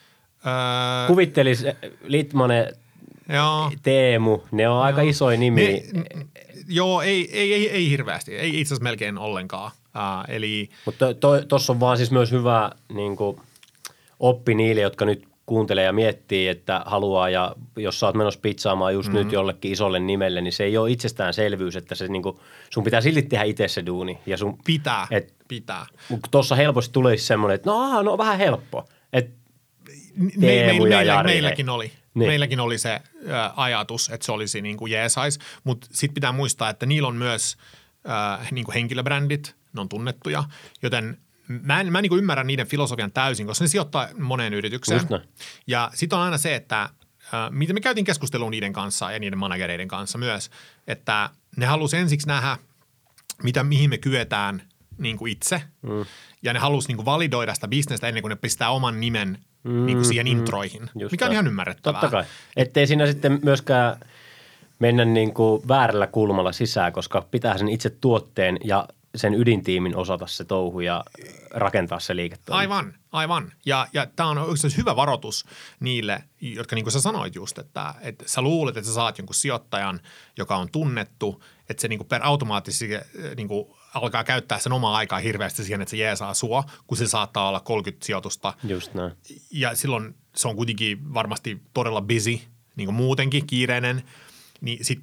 Öö, Kuvittelis Litmanen, Joo. Teemu, ne on Joo. aika isoja nimiä. Ne, joo, ei, ei, ei, ei hirveästi, ei itse asiassa melkein ollenkaan. Uh, eli. Mutta tuossa to, on vaan siis myös hyvä niin kuin oppi niille, jotka nyt kuuntelee ja miettii, että haluaa ja jos sä oot menossa pizzaamaan just mm-hmm. nyt jollekin isolle nimelle, niin se ei ole itsestäänselvyys, että se niin kuin, sun pitää silti tehdä itse se duuni. Ja sun, pitää, et, pitää. Tuossa helposti tulisi semmoinen, että no, aha, no vähän helppo. Et me, me, meillä, meilläkin oli. Niin. Meilläkin oli se ä, ajatus, että se olisi niin kuin jeesais, mutta sitten pitää muistaa, että niillä on myös ä, niin kuin henkilöbrändit, ne on tunnettuja, joten mä en, mä en niin kuin ymmärrä niiden filosofian täysin, koska ne sijoittaa moneen yritykseen. Ja sitten on aina se, että ä, mitä me käytiin keskustelua niiden kanssa ja niiden managereiden kanssa myös, että ne halusi ensiksi nähdä, mitä, mihin me kyetään niin kuin itse mm. ja ne halusi niin kuin validoida sitä bisnestä ennen kuin ne pistää oman nimen Mm, niin kuin siihen mm, introihin, mikä on ihan ymmärrettävää. Totta kai. Ettei siinä sitten myöskään mennä niin kuin väärällä kulmalla sisään, koska pitää sen itse tuotteen ja sen ydintiimin osata se touhu ja rakentaa se liiketoiminta. Aivan, aivan. Ja, ja tämä on oikeastaan hyvä varoitus niille, jotka niin kuin sä sanoit just, että, että sä luulet, että sä saat jonkun sijoittajan, joka on tunnettu, että se niin kuin per automaattisesti niin kuin alkaa käyttää sen omaa aikaa hirveästi siihen, että se jeesaa sua, kun se saattaa olla kolmekymmentä sijoitusta. Just näin. Ja silloin se on kuitenkin varmasti todella busy, niin kuin muutenkin, kiireinen, niin sit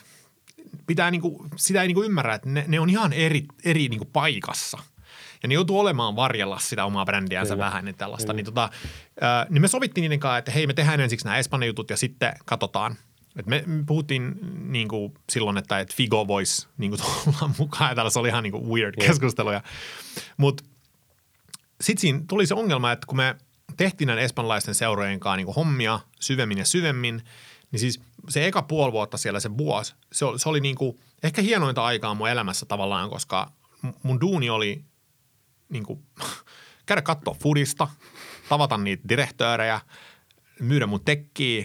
pitää niin kuin, sitä ei niin kuin ymmärrä, että ne, ne on ihan eri, eri niin kuin paikassa. Ja ne joutuu olemaan varjella sitä omaa brändiänsä Kyllä. vähän niin tällaista. Niin, tota, äh, niin me sovittiin niiden kanssa, että hei, me tehdään ensiksi nämä Espanjan jutut ja sitten katsotaan. Et me puhuttiin niin kuin silloin, että et Figo voisi niin kuin tulla mukaan ja tällaista oli ihan niin kuin weird yeah. keskusteluja. Mutta sitten siinä tuli se ongelma, että kun me tehtiin näiden espanjalaisten seurojen kanssa niin kuin hommia syvemmin ja syvemmin, niin siis se eka puoli vuotta siellä se vuosi, se oli, se oli niin kuin ehkä hienointa aikaa mun elämässä tavallaan, koska mun duuni oli niin kuin käydä katsoa foodista, tavata niitä direktöörejä, myydä mun tekkiä.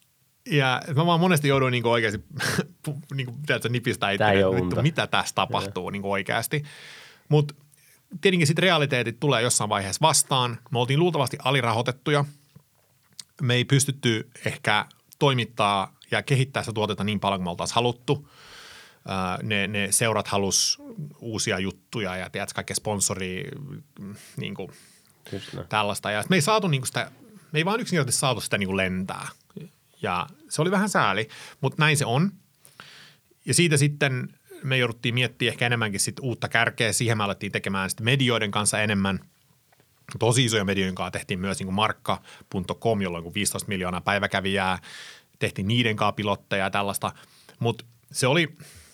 Ja mä vaan monesti jouduin niin kuin oikeasti niin kuin, tiedätkö, nipistää itse, mitä tässä tapahtuu niin kuin oikeasti. Mutta tietenkin sitten realiteetit tulee jossain vaiheessa vastaan. Me oltiin luultavasti alirahoitettuja. Me ei pystytty ehkä toimittaa ja kehittää sitä tuotetta niin paljon kuin me oltaisiin haluttu. Ne, ne seurat halus uusia juttuja ja tiedätkö, kaikkea sponsoria, niin kuin tällaista. Ja me ei saatu niin kuin sitä, me ei vaan yksinkertaisesti saatu sitä niin kuin lentää. Ja se oli vähän sääli, mutta näin se on. Ja siitä sitten me jouduttiin miettimään ehkä enemmänkin sit uutta kärkeä. Siihen me alettiin tekemään sitten medioiden kanssa enemmän. tosi isoja medioiden kanssa tehtiin myös niin kuin markka piste com, jolloin kun viisitoista miljoonaa päiväkävijää, tehtiin niiden kanssa pilotteja ja tällaista, mutta se oli,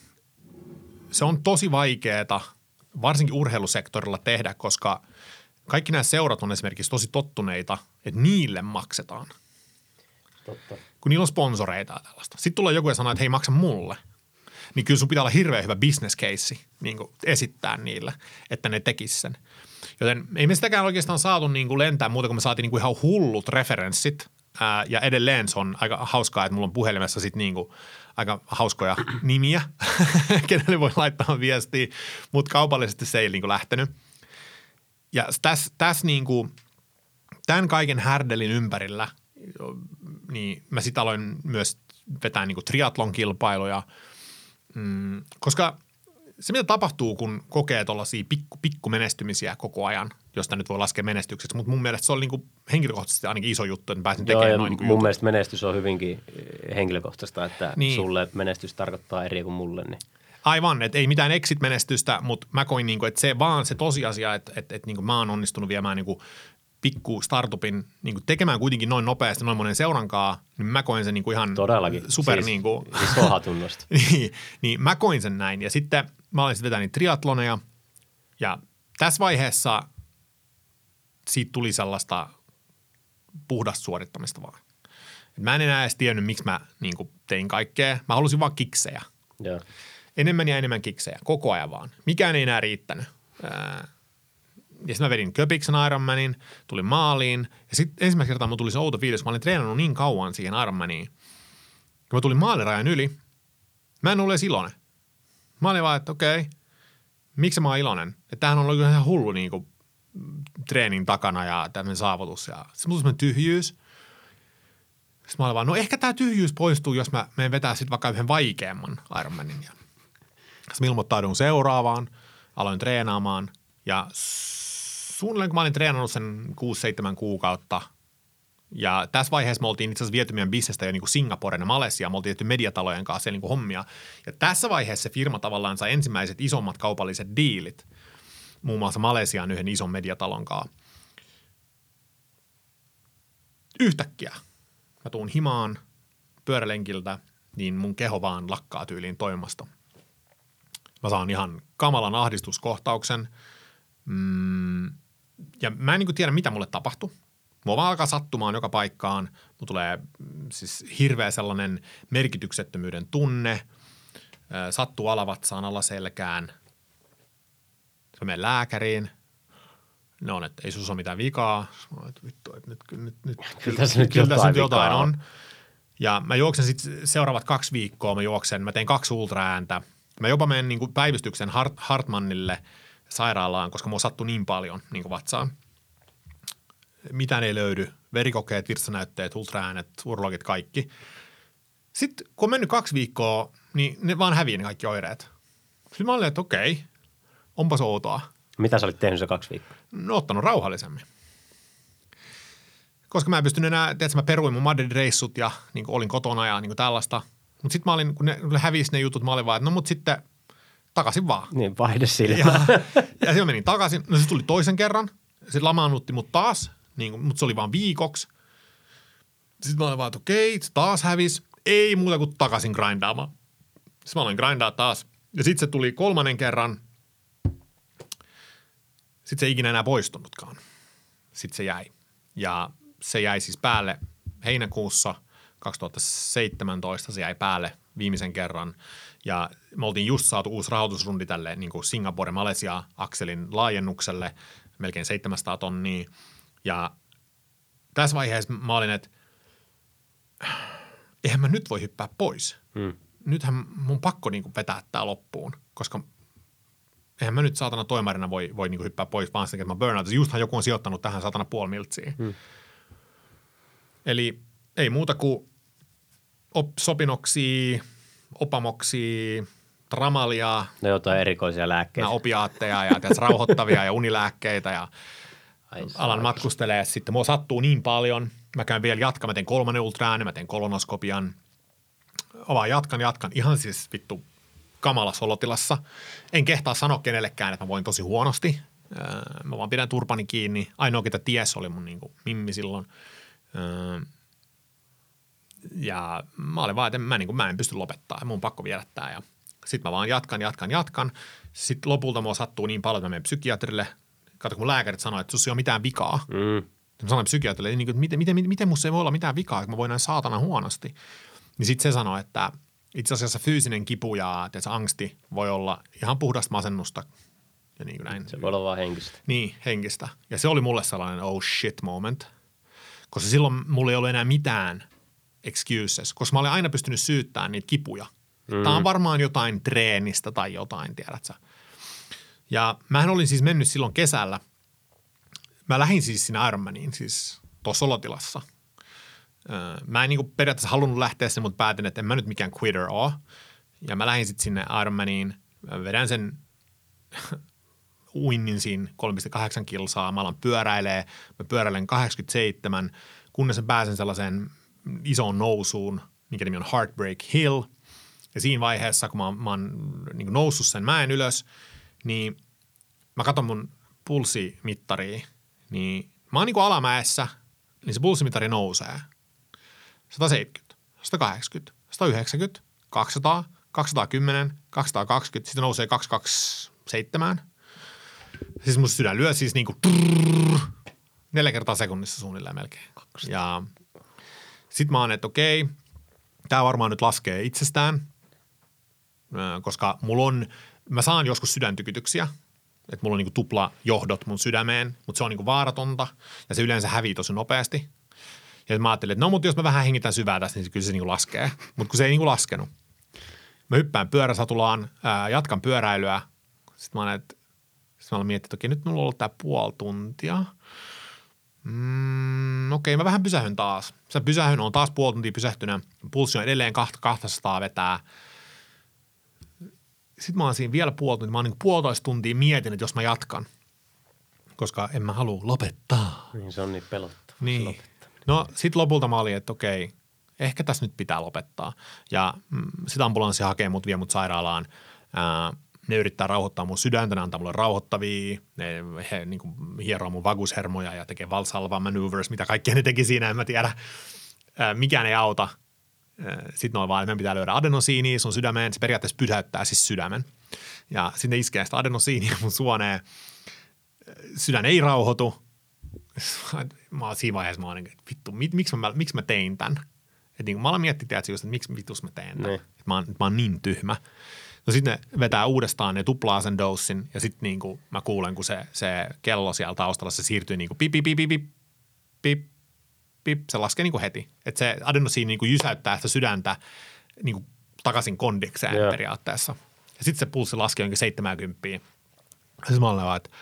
se on tosi vaikeaa varsinkin urheilusektorilla tehdä, koska kaikki nämä seurat on esimerkiksi tosi tottuneita, että niille maksetaan. Totta. Kun niillä on sponsoreita ja tällaista. Sitten tulee joku ja sanoo, että hei, maksa mulle. Niin kyllä sun pitää olla hirveän hyvä business case niin kuin esittää niille, että ne tekis sen. Joten ei me sitäkään oikeastaan saatu niin kuin lentää muuta, kun me saatiin niin kuin ihan hullut referenssit. Ää, ja edelleen se on aika hauskaa, että mulla on puhelimessa sitten niin kuin aika hauskoja nimiä, kenelle voi laittaa viestiä, mutta kaupallisesti se ei niin kuin lähtenyt. Ja tässä täs niin kuin tämän kaiken härdelin ympärillä, niin mä sitten aloin myös vetää niin kuin triathlon-kilpailuja, mm, koska se, mitä tapahtuu, kun kokee tuollaisia pikku, pikkumenestymisiä koko ajan, josta nyt voi laskea menestykseksi, mutta mun mielestä se oli niin kuin henkilökohtaisesti ainakin iso juttu, että mä pääsin tekemään Joo, noin niin kuin mun jutut. mielestä menestys on hyvinkin henkilökohtaista, että Niin. sulle menestys tarkoittaa eri kuin mulle. Niin. Aivan, että ei mitään exit-menestystä, mutta mä koin, niin kuin, että se vaan se tosiasia, että, että, että niin kuin mä oon onnistunut viemään niin kuin pikku startupin niin kuin tekemään kuitenkin noin nopeasti, noin monen seurankaa, niin mä koin sen niin kuin ihan Todellakin. super siis, niin kuin iso hatunnosto. niin, niin mä koin sen näin. Ja sitten mä olin sitten vetänyt triathloneja ja tässä vaiheessa siitä tuli sellaista puhdasta suorittamista vaan. Et mä en enää edes tiennyt, miksi mä niin kuin tein kaikkea. Mä halusin vaan kiksejä. Joo. Enemmän ja enemmän kiksejä, koko ajan vaan. Mikään ei enää riittänyt. Ää, ja sitten mä vedin Köpiksen Ironmanin, tulin maaliin. Ja sitten ensimmäisen kertaa mulla tuli se outo fiilis, mä olin treenannut niin kauan siihen Ironmaniin. Kun mä tulin maalirajan yli, mä en ollut edes iloinen. Mä olin vaan, että okei, miksi mä oon iloinen? Että tämähän on ollut ihan hullu niin kuin, treenin takana ja tämmöinen saavutus. Ja sitten mulla tuli semmoinen tyhjyys. Sitten mä olin vaan, no ehkä tämä tyhjyys poistuu, jos mä menen vetää sitten vaikka yhden vaikeamman Ironmanin. Ja sitten mä ilmoittaudun seuraavaan, aloin treenaamaan ja suunnilleen kun mä olin treenannut sen kuusi seitsemän kuukautta ja tässä vaiheessa me oltiin itse asiassa viety meidän bisnestä jo niin kuin Singaporen ja Malesiaan, me oltiin tehty mediatalojen kanssa siellä niin kuin hommia ja tässä vaiheessa se firma tavallaan sai ensimmäiset isommat kaupalliset diilit, muun muassa Malesiaan yhden ison mediatalon kanssa. Yhtäkkiä mä tuun himaan pyörälenkiltä, niin mun keho vaan lakkaa tyyliin toimimasta. Mä saan ihan kamalan ahdistuskohtauksen. Mm, ja mä en niin kuin tiedä, mitä mulle tapahtui. Mua vaan alkaa sattumaan joka paikkaan. Mulla tulee siis hirveä sellainen merkityksettömyyden tunne. Sattuu alavatsaan, alaselkään. Mä menen lääkäriin. No on, että ei sussa ole mitään vikaa. Mä olen, että vittu, että nyt, nyt, nyt, Kyllä tässä nyt kyllä tässä jotain nyt jotain vikaa on. Ja mä juoksen sitten seuraavat kaksi viikkoa, mä juoksen, mä teen kaksi ultraääntä. Mä jopa menen niin kuin päivystyksen Hart, Hartmannille sairaalaan, koska mua sattui niin paljon niin kuin vatsaan. Mitään ei löydy. Verikokeet, virtsanäytteet, ultraäänet, urologit, kaikki. Sitten kun on mennyt kaksi viikkoa, niin ne vaan häviää ne kaikki oireet. Sitten mä olin, että okei, onpas outoa. Mitä sä olit tehnyt se kaksi viikkoa? No ottanut rauhallisemmin. Koska mä en pystynyt enää, tiedätkö, mä peruin mun Madrid-reissut ja niin kuin olin kotona ja niin kuin tällaista. Mutta sitten mä olin, kun ne, ne hävisi ne jutut, mä olin vaan, että no mut sitten takaisin vaan. Niin, vaihde silmä. Ja, ja sitten menin takaisin. No se tuli toisen kerran. Sitten lamaannutti mut taas, niin kuin, mutta se oli vaan viikoksi. Sitten mä olin vaan, että okei, se taas hävisi. Ei muuta kuin takaisin grindaamaan. Sitten mä aloin grindaa taas. Ja sitten se tuli kolmannen kerran. Sitten se ei ikinä enää poistunutkaan. Sitten se jäi. Ja se jäi siis päälle heinäkuussa kaksituhattaseitsemäntoista. Se jäi päälle viimeisen kerran. Ja me oltiin just saatu uusi rahoitusrundi tälle niin kuin Singapore-Malesia-akselin laajennukselle. Melkein seitsemänsataa tonnia. Ja tässä vaiheessa mä olin, että eihän mä nyt voi hyppää pois. Hmm. Nythän mun pakko niin kuin vetää tää loppuun, koska eihän mä nyt saatana toimarina voi, voi niin kuin hyppää pois, vaan sen, että mä burnout. Justhan joku on sijoittanut tähän saatana puoli miltsiä. Hmm. Eli ei muuta kuin op- sopinoksia, opamoksia, tramalia. No jotain erikoisia lääkkeitä. Opiaatteja ja tiedät, rauhoittavia ja unilääkkeitä ja Ai, alan matkustelee. Sitten mua sattuu niin paljon. Mä käyn vielä jatkaa. Mä teen kolmannen ultraäänen, mä teen kolonoskopian. Vaan jatkan, jatkan. Ihan siis vittu kamalassa olotilassa. En kehtaa sanoa kenellekään, että mä voin tosi huonosti. Mä vaan pidän turpani kiinni. Ainoa, ketä ties, oli mun niin kuin mimmi silloin. Ja mä olin vaan, että mä, niin kuin, mä en pysty lopettaa. Mun on pakko viedä tää. Ja sitten mä vaan jatkan, jatkan, jatkan. Sitten lopulta mua sattuu niin paljon, että mä menen psykiatrille. Kato, kun mun lääkärit sanoi, että sussa ei ole mitään vikaa. Mm. Mä sanoin psykiatrille, että miten, miten, miten, miten musta ei voi olla mitään vikaa, että mä voin näin saatana huonosti. Niin sitten se sanoi, että itse asiassa fyysinen kipu ja tiedätkö, angsti voi olla ihan puhdasta masennusta. Ja niin kuin näin. Se voi olla vaan henkistä. Niin, henkistä. Ja se oli mulle sellainen oh shit moment. Koska silloin mulla ei ollut enää mitään excuses, koska mä olin aina pystynyt syyttämään niitä kipuja. Mm. Tämä on varmaan jotain treenistä tai jotain, tiedätkö. Ja mähän olin siis mennyt silloin kesällä. Mä lähdin siis sinne Ironmaniin, siis tuossa olotilassa. Mä en niin kuin periaatteessa halunnut lähteä sen, mutta päätin, että en mä nyt mikään quitter ole. Ja mä lähdin sitten sinne Ironmaniin. Mä vedän sen uinnin siinä kolme pilkku kahdeksan kilsaa. Mä alan pyöräilee. Mä pyöräilen kahdeksankymmentäseitsemän, kunnes mä pääsen sellaiseen isoon nousuun, minkä nimi on Heartbreak Hill. Ja siinä vaiheessa, kun mä oon, mä oon niin kuin noussut sen mäen ylös, niin mä katson mun pulssimittaria, niin mä oon niin kuin alamäessä, niin se pulssimittari nousee. sata seitsemänkymmentä, sata kahdeksankymmentä, sata yhdeksänkymmentä, kaksisataa, kaksisataakymmenen, kaksisataakaksikymmentä, sitten nousee kaksisataakaksikymmentäseitsemän. Siis mun sydän lyö siis niin kuin trrrr, neljä kertaa sekunnissa suunnilleen melkein. Ja sit mä oon, että okei, tää varmaan nyt laskee itsestään, koska mulla on, mä saan joskus sydäntykytyksiä, että mulla on niinku tupla johdot mun sydämeen, mutta se on niinku vaaratonta ja se yleensä hävii tosi nopeasti. Ja mä ajattelin, että no mutta jos mä vähän hengitän syvää tästä, niin kyllä se niinku laskee. Mutta kun se ei niinku laskenut. Mä hyppään pyöräsatulaan, ää, jatkan pyöräilyä. Sitten mä olen, että, sitten mä olen miettinyt, että okei, nyt mulla on ollut tää puoli tuntia. Mm, okei, mä vähän pysähyn taas. Sä pysähyn, on taas puoli tuntia pysähtynä. Pulssi on edelleen kaksisataa vetää. Sitten mä oon siinä vielä puoli tuntia. Mä oon niin puolitoista tuntia mietin, että jos mä jatkan. Koska en mä halua lopettaa. Niin se on niin pelottava. Niin. No sit lopulta mä olin, että okei, ehkä tässä nyt pitää lopettaa. Ja mm, sit ambulanssi hakee mut, vie mut sairaalaan. Ää, ne yrittää rauhoittaa mun sydäntä, ne antaa mulle rauhoittavia. Ne he, niin kuin hieroo mun vagushermoja ja tekee valsalva maneuvers, mitä kaikkea ne teki siinä, en mä tiedä. Ää, mikään ei auta. Sitten noin vaan, että meidän pitää löydä adenosiinia sun sydämeen. Se periaatteessa pysäyttää siis sydämen. Ja sinne iskee sitä adenosiinia mun suoneen. Sydän ei rauhoitu. Mä oon siinä vaiheessa, mä oon niin, että vittu, mit, miksi, mä, miksi mä tein tämän? Että niin, mä aloin miettiä, että, just, että miksi vitus mä teen tämän. Että mä, oon, mä oon niin tyhmä. No sitten ne vetää uudestaan, ne tuplaa sen dosin ja sitten niin kuin mä kuulen, kun se, se kello siellä taustalla, se siirtyy niin kuin pip, pip, pip, pip, pip, pip, se laskee niin kuin heti. Että se adenosiini niin kuin jysäyttää sitä sydäntä niin kuin takaisin kondikseen yeah. periaatteessa. Ja sitten se pulssi laskee jonkin seitsemänkymmentä. Ja sitten mä olen vaan, että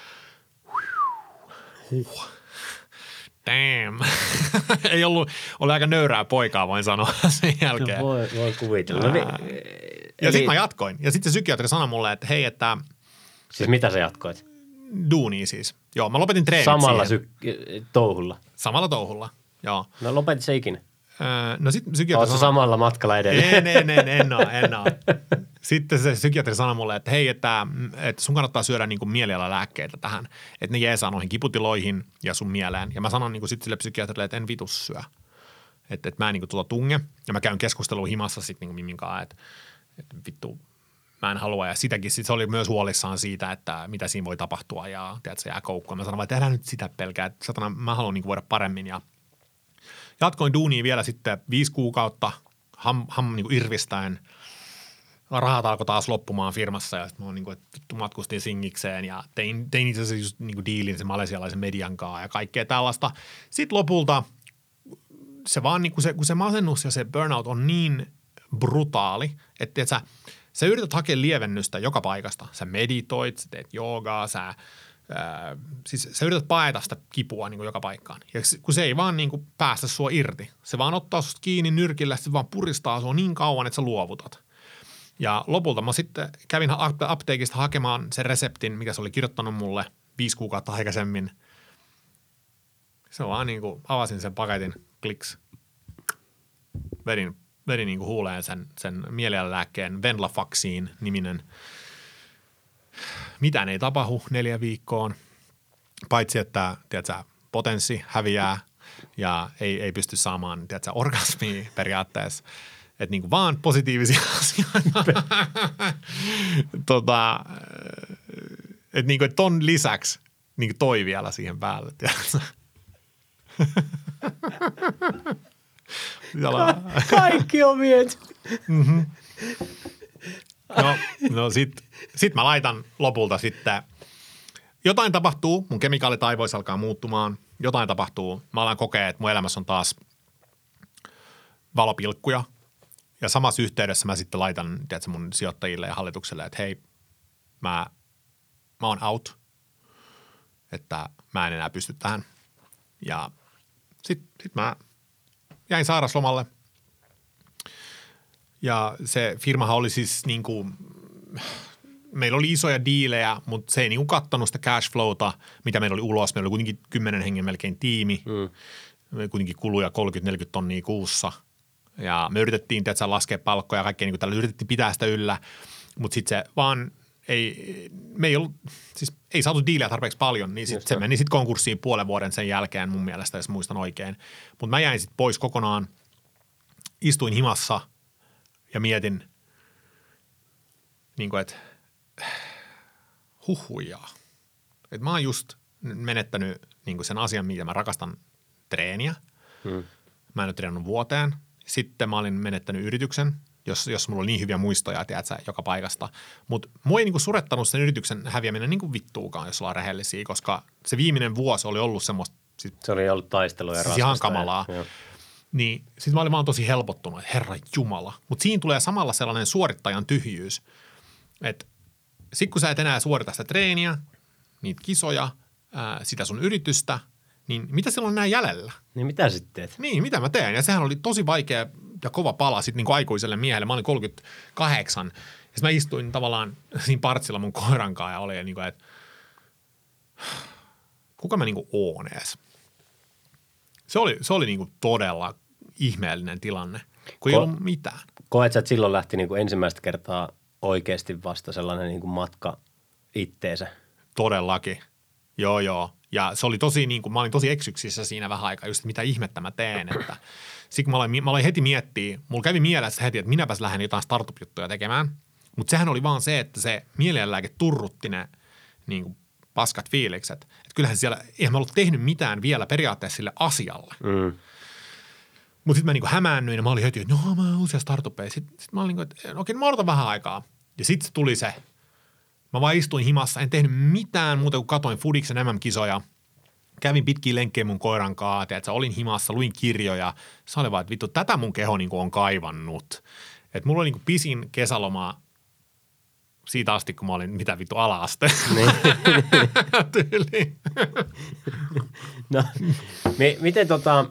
huh, damn. Ei ollut, oli aika nöyrää poikaa, voin sanoa sen jälkeen. No voi, voi kuvitella. No niin, ja eli... sitten mä jatkoin. Ja sitten se psykiatri sanoi mulle, että hei, että... Siis mitä sä jatkoit? Duunia siis. Joo, mä lopetin treenit Samalla siihen. sy- touhulla? Samalla touhulla, joo. No lopetit se ikinä? Öö, no sitten psykiatri Oletko sanoi... samalla matkalla edelleen? En, en, en, en oo, en oo. Sitten se psykiatri sanoi mulle, että hei, että, että sun kannattaa syödä niin kuin mielialalääkkeitä tähän. Että ne jeesaa noihin kiputiloihin ja sun mieleen. Ja mä sanon niin kuin sitten sille psykiatrille, että en vitus syö. Että, että mä en niin kuin tulla tunge. Ja mä käyn keskustelua himassa sitten niin Mimin kanssa, että, että vittu, mä en halua. Ja sitäkin, sit se oli myös huolissaan siitä, että mitä siinä voi tapahtua ja tiedät, se jää koukkuun. Mä sanoin, että älä nyt sitä pelkää, että satana, mä haluan niin kuin voida paremmin. Ja jatkoin duunia vielä sitten viisi kuukautta ham, ham niin kuin irvistäen. Rahat alkoi taas loppumaan firmassa ja sitten mä niin kuin, että vittu matkustin Singikseen ja tein, tein itse asiassa just niin kuin diilin sen malesialaisen median kanssa ja kaikkea tällaista. Sitten lopulta se vaan niin kuin se, kun se masennus ja se burnout on niin brutaali, että et sä, sä yrität hakea lievennystä joka paikasta. Sä meditoit, sä teet joogaa, sä, ää, siis sä yrität paeta sitä kipua niin kuin joka paikkaan. Ja kun se ei vaan niin kuin päästä sua irti, se vaan ottaa susta kiinni nyrkillä, se vaan puristaa sua niin kauan, että sä luovutat. Ja lopulta mä sitten kävin apteekista hakemaan sen reseptin, mikä se oli kirjoittanut mulle viisi kuukautta aikaisemmin. Se vaan niin kuin avasin sen paketin, kliks. Vedin, vedin niin kuin huuleen sen, sen mielialalääkkeen Venlafaxiin niminen. Mitään ei tapahdu neljä viikkoon. paitsi että, tiedätkö, potenssi häviää ja ei, ei pysty saamaan, tiedätkö, orgasmia periaatteessa. Että niin kuin vaan positiivisia asioita. tota, että niin kuin, että ton lisäksi niin kuin toi vielä siihen päälle, tiedätkö? Ka- kaikki on viety. Mm-hmm. No, no sit, sit mä laitan lopulta sitten, jotain tapahtuu, mun kemikaalitaivois alkaa muuttumaan, jotain tapahtuu, mä alan kokea, että mun elämässä on taas valopilkkuja ja samassa yhteydessä mä sitten laitan, tiedätkö, mun sijoittajille ja hallitukselle, että hei, mä, mä oon out, että mä en enää pysty tähän ja sit, sit mä jäin sairaslomalle. Ja se firmahan oli siis niin kuin, meillä oli isoja diilejä, mutta se ei niin kuin kattanut sitä cash flowta, mitä meillä oli ulos. Meillä oli kuitenkin kymmenen hengen melkein tiimi, mm. kuitenkin kuluja kolmekymmentä neljäkymmentä tonnia kuussa. Ja me yritettiin, tiedätkö, laskea palkkoja ja kaikkea niin kuin tällä, yritettiin pitää sitä yllä, mutta sitten se vaan ei, me ei ollut, siis ei saatu diilejä tarpeeksi paljon, niin sit se meni sitten konkurssiin puolen vuoden sen jälkeen mun mielestä, jos muistan oikein. Mutta mä jäin sitten pois kokonaan, istuin himassa ja mietin, niin kuin, että huhujaa. Että mä oon just menettänyt niin kuin sen asian, mitä mä rakastan, treeniä. Hmm. Mä en ole treenannut vuoteen. Sitten mä olin menettänyt yrityksen, jos, jos mulla oli niin hyviä muistoja, tiedätkö, joka paikasta. Mutta mua ei niin kuin surettanut sen yrityksen häviäminen niin kuin vittuukaan, jos ollaan rehellisiä, koska se viimeinen vuosi oli ollut semmoista. Sit, se oli ollut taistelua ja siis raskasta. Ihan kamalaa. Ja, niin sitten mä olin vaan tosi helpottunut, että herra jumala. Mutta siinä tulee samalla sellainen suorittajan tyhjyys, että sitten kun sä et enää suorita sitä treeniä, niitä kisoja, ää, sitä sun yritystä, niin mitä silloin on enää jäljellä? Niin mitä sitten teet? Niin, mitä mä teen? Ja sehän oli tosi vaikea ja kova pala sitten niin kuin aikuiselle miehelle. Mä olin kolmekymmentäkahdeksan ja sitten mä istuin tavallaan siinä partsilla mun koiran kanssa ja oli niin kuin, että kuka mä niin kuin oon edes? Se oli, se oli niin kuin todella ihmeellinen tilanne, kun ei Ko- ollut mitään. Koet sä, että silloin lähti niin kuin ensimmäistä kertaa oikeasti vasta sellainen niin kuin matka itteensä? Todellakin. Joo, joo. Ja se oli tosi niin kuin, mä olin tosi eksyksissä siinä vähän aikaa, just mitä ihmettä mä teen, että sitten mä aloin, mä aloin heti miettiä, mulla kävi mielessä heti, että minäpäs lähden jotain startup-juttuja tekemään, mutta sehän oli vaan se, että se mielenlääke turrutti ne niin kuin paskat fiilikset. Että kyllähän siellä, eihän mä ollut tehnyt mitään vielä periaatteessa sille asialle. Mm. Mutta sitten mä niinku hämäännyin ja mä olin heti, että no mä oon uusia startuppeja. Sitten sit mä olin niin kuin, että okei, mä odotan vähän aikaa. Ja sitten tuli se. Mä vaan istuin himassa, en tehnyt mitään muuta kuin katoin Fudiksen M M-kisoja. Kävin pitkiä lenkkejä mun koiran kanssa, tiedätkö, olin himassa, luin kirjoja. Se oli vaan, että vittu, tätä mun keho niinku on kaivannut. Että mulla oli niinku pisin kesäloma siitä asti, kun mä olin mitä vittu ala-aste. Tyyliin. No, mi- miten tota,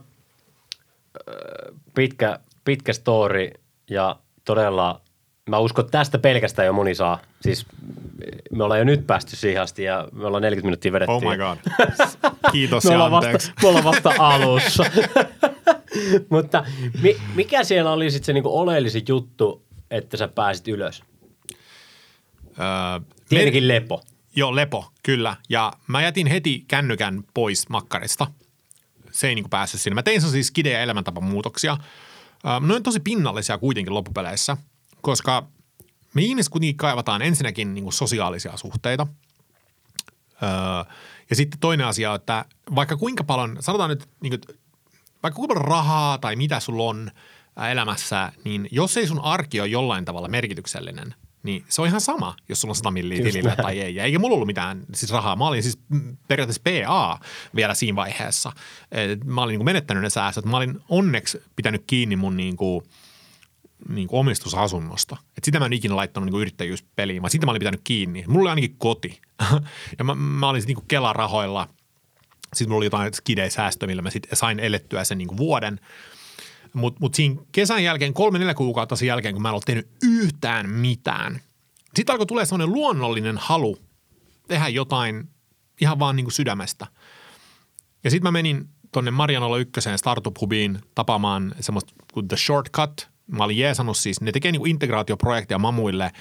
pitkä, pitkä story ja todella, mä uskon, että tästä pelkästään jo moni saa. Siis me ollaan jo nyt päästy siihen asti ja me ollaan neljäkymmentä minuuttia vedetty. Oh my god. Kiitos ja anteeksi. Me ollaan vasta alussa. Mutta mi- mikä siellä oli sitten se niinku oleellisin juttu, että sä pääsit ylös? Öö, Tietenkin me... lepo. Joo, lepo, kyllä. Ja mä jätin heti kännykän pois makkarista. Se ei niinku päässyt sinne. Mä tein sellaisia skidejä elämäntapamuutoksia. Öö, ne on tosi pinnallisia kuitenkin loppupeleissä, koska me ihmiset kuitenkin kaivataan ensinnäkin niinku sosiaalisia suhteita. Öö, ja sitten toinen asia, että vaikka kuinka paljon, sanotaan nyt, niinku, vaikka kuinka paljon rahaa tai mitä sulla on elämässä, niin jos ei sun arki ole jollain tavalla merkityksellinen, niin se on ihan sama, jos sulla on sata milliä tilillä tai ei. Eikä mulla ollut mitään siis rahaa. Mä olin siis periaatteessa P A vielä siinä vaiheessa. Mä olin niin kuin menettänyt ne säästöt. Mä olin onneksi pitänyt kiinni mun niin kuin, niin kuin omistusasunnosta. Et sitä mä en ikinä laittanut niin kuin yrittäjyyspeliin, vaan sitä mä olin pitänyt kiinni. Mulla oli ainakin koti. ja mä, mä olin niin kuin Kela-rahoilla. Sitten mulla oli jotain skidei-säästöä, millä mä sitten sain elettyä sen niin kuin vuoden. Mutta mut siinä kesän jälkeen, kolme neljä kuukautta sen jälkeen, kun mä en ollut tehnyt yhtään mitään, sitten alkoi tulee sellainen luonnollinen halu tehdä jotain ihan vaan niin kuin sydämestä. Ja sitten mä menin tuonne Marianolla ykköseen Startup Hubiin tapaamaan semmoista kuin The Shortcut. Mä olin jeesannut siis, ne tekee niin kuin integraatioprojektia mamuille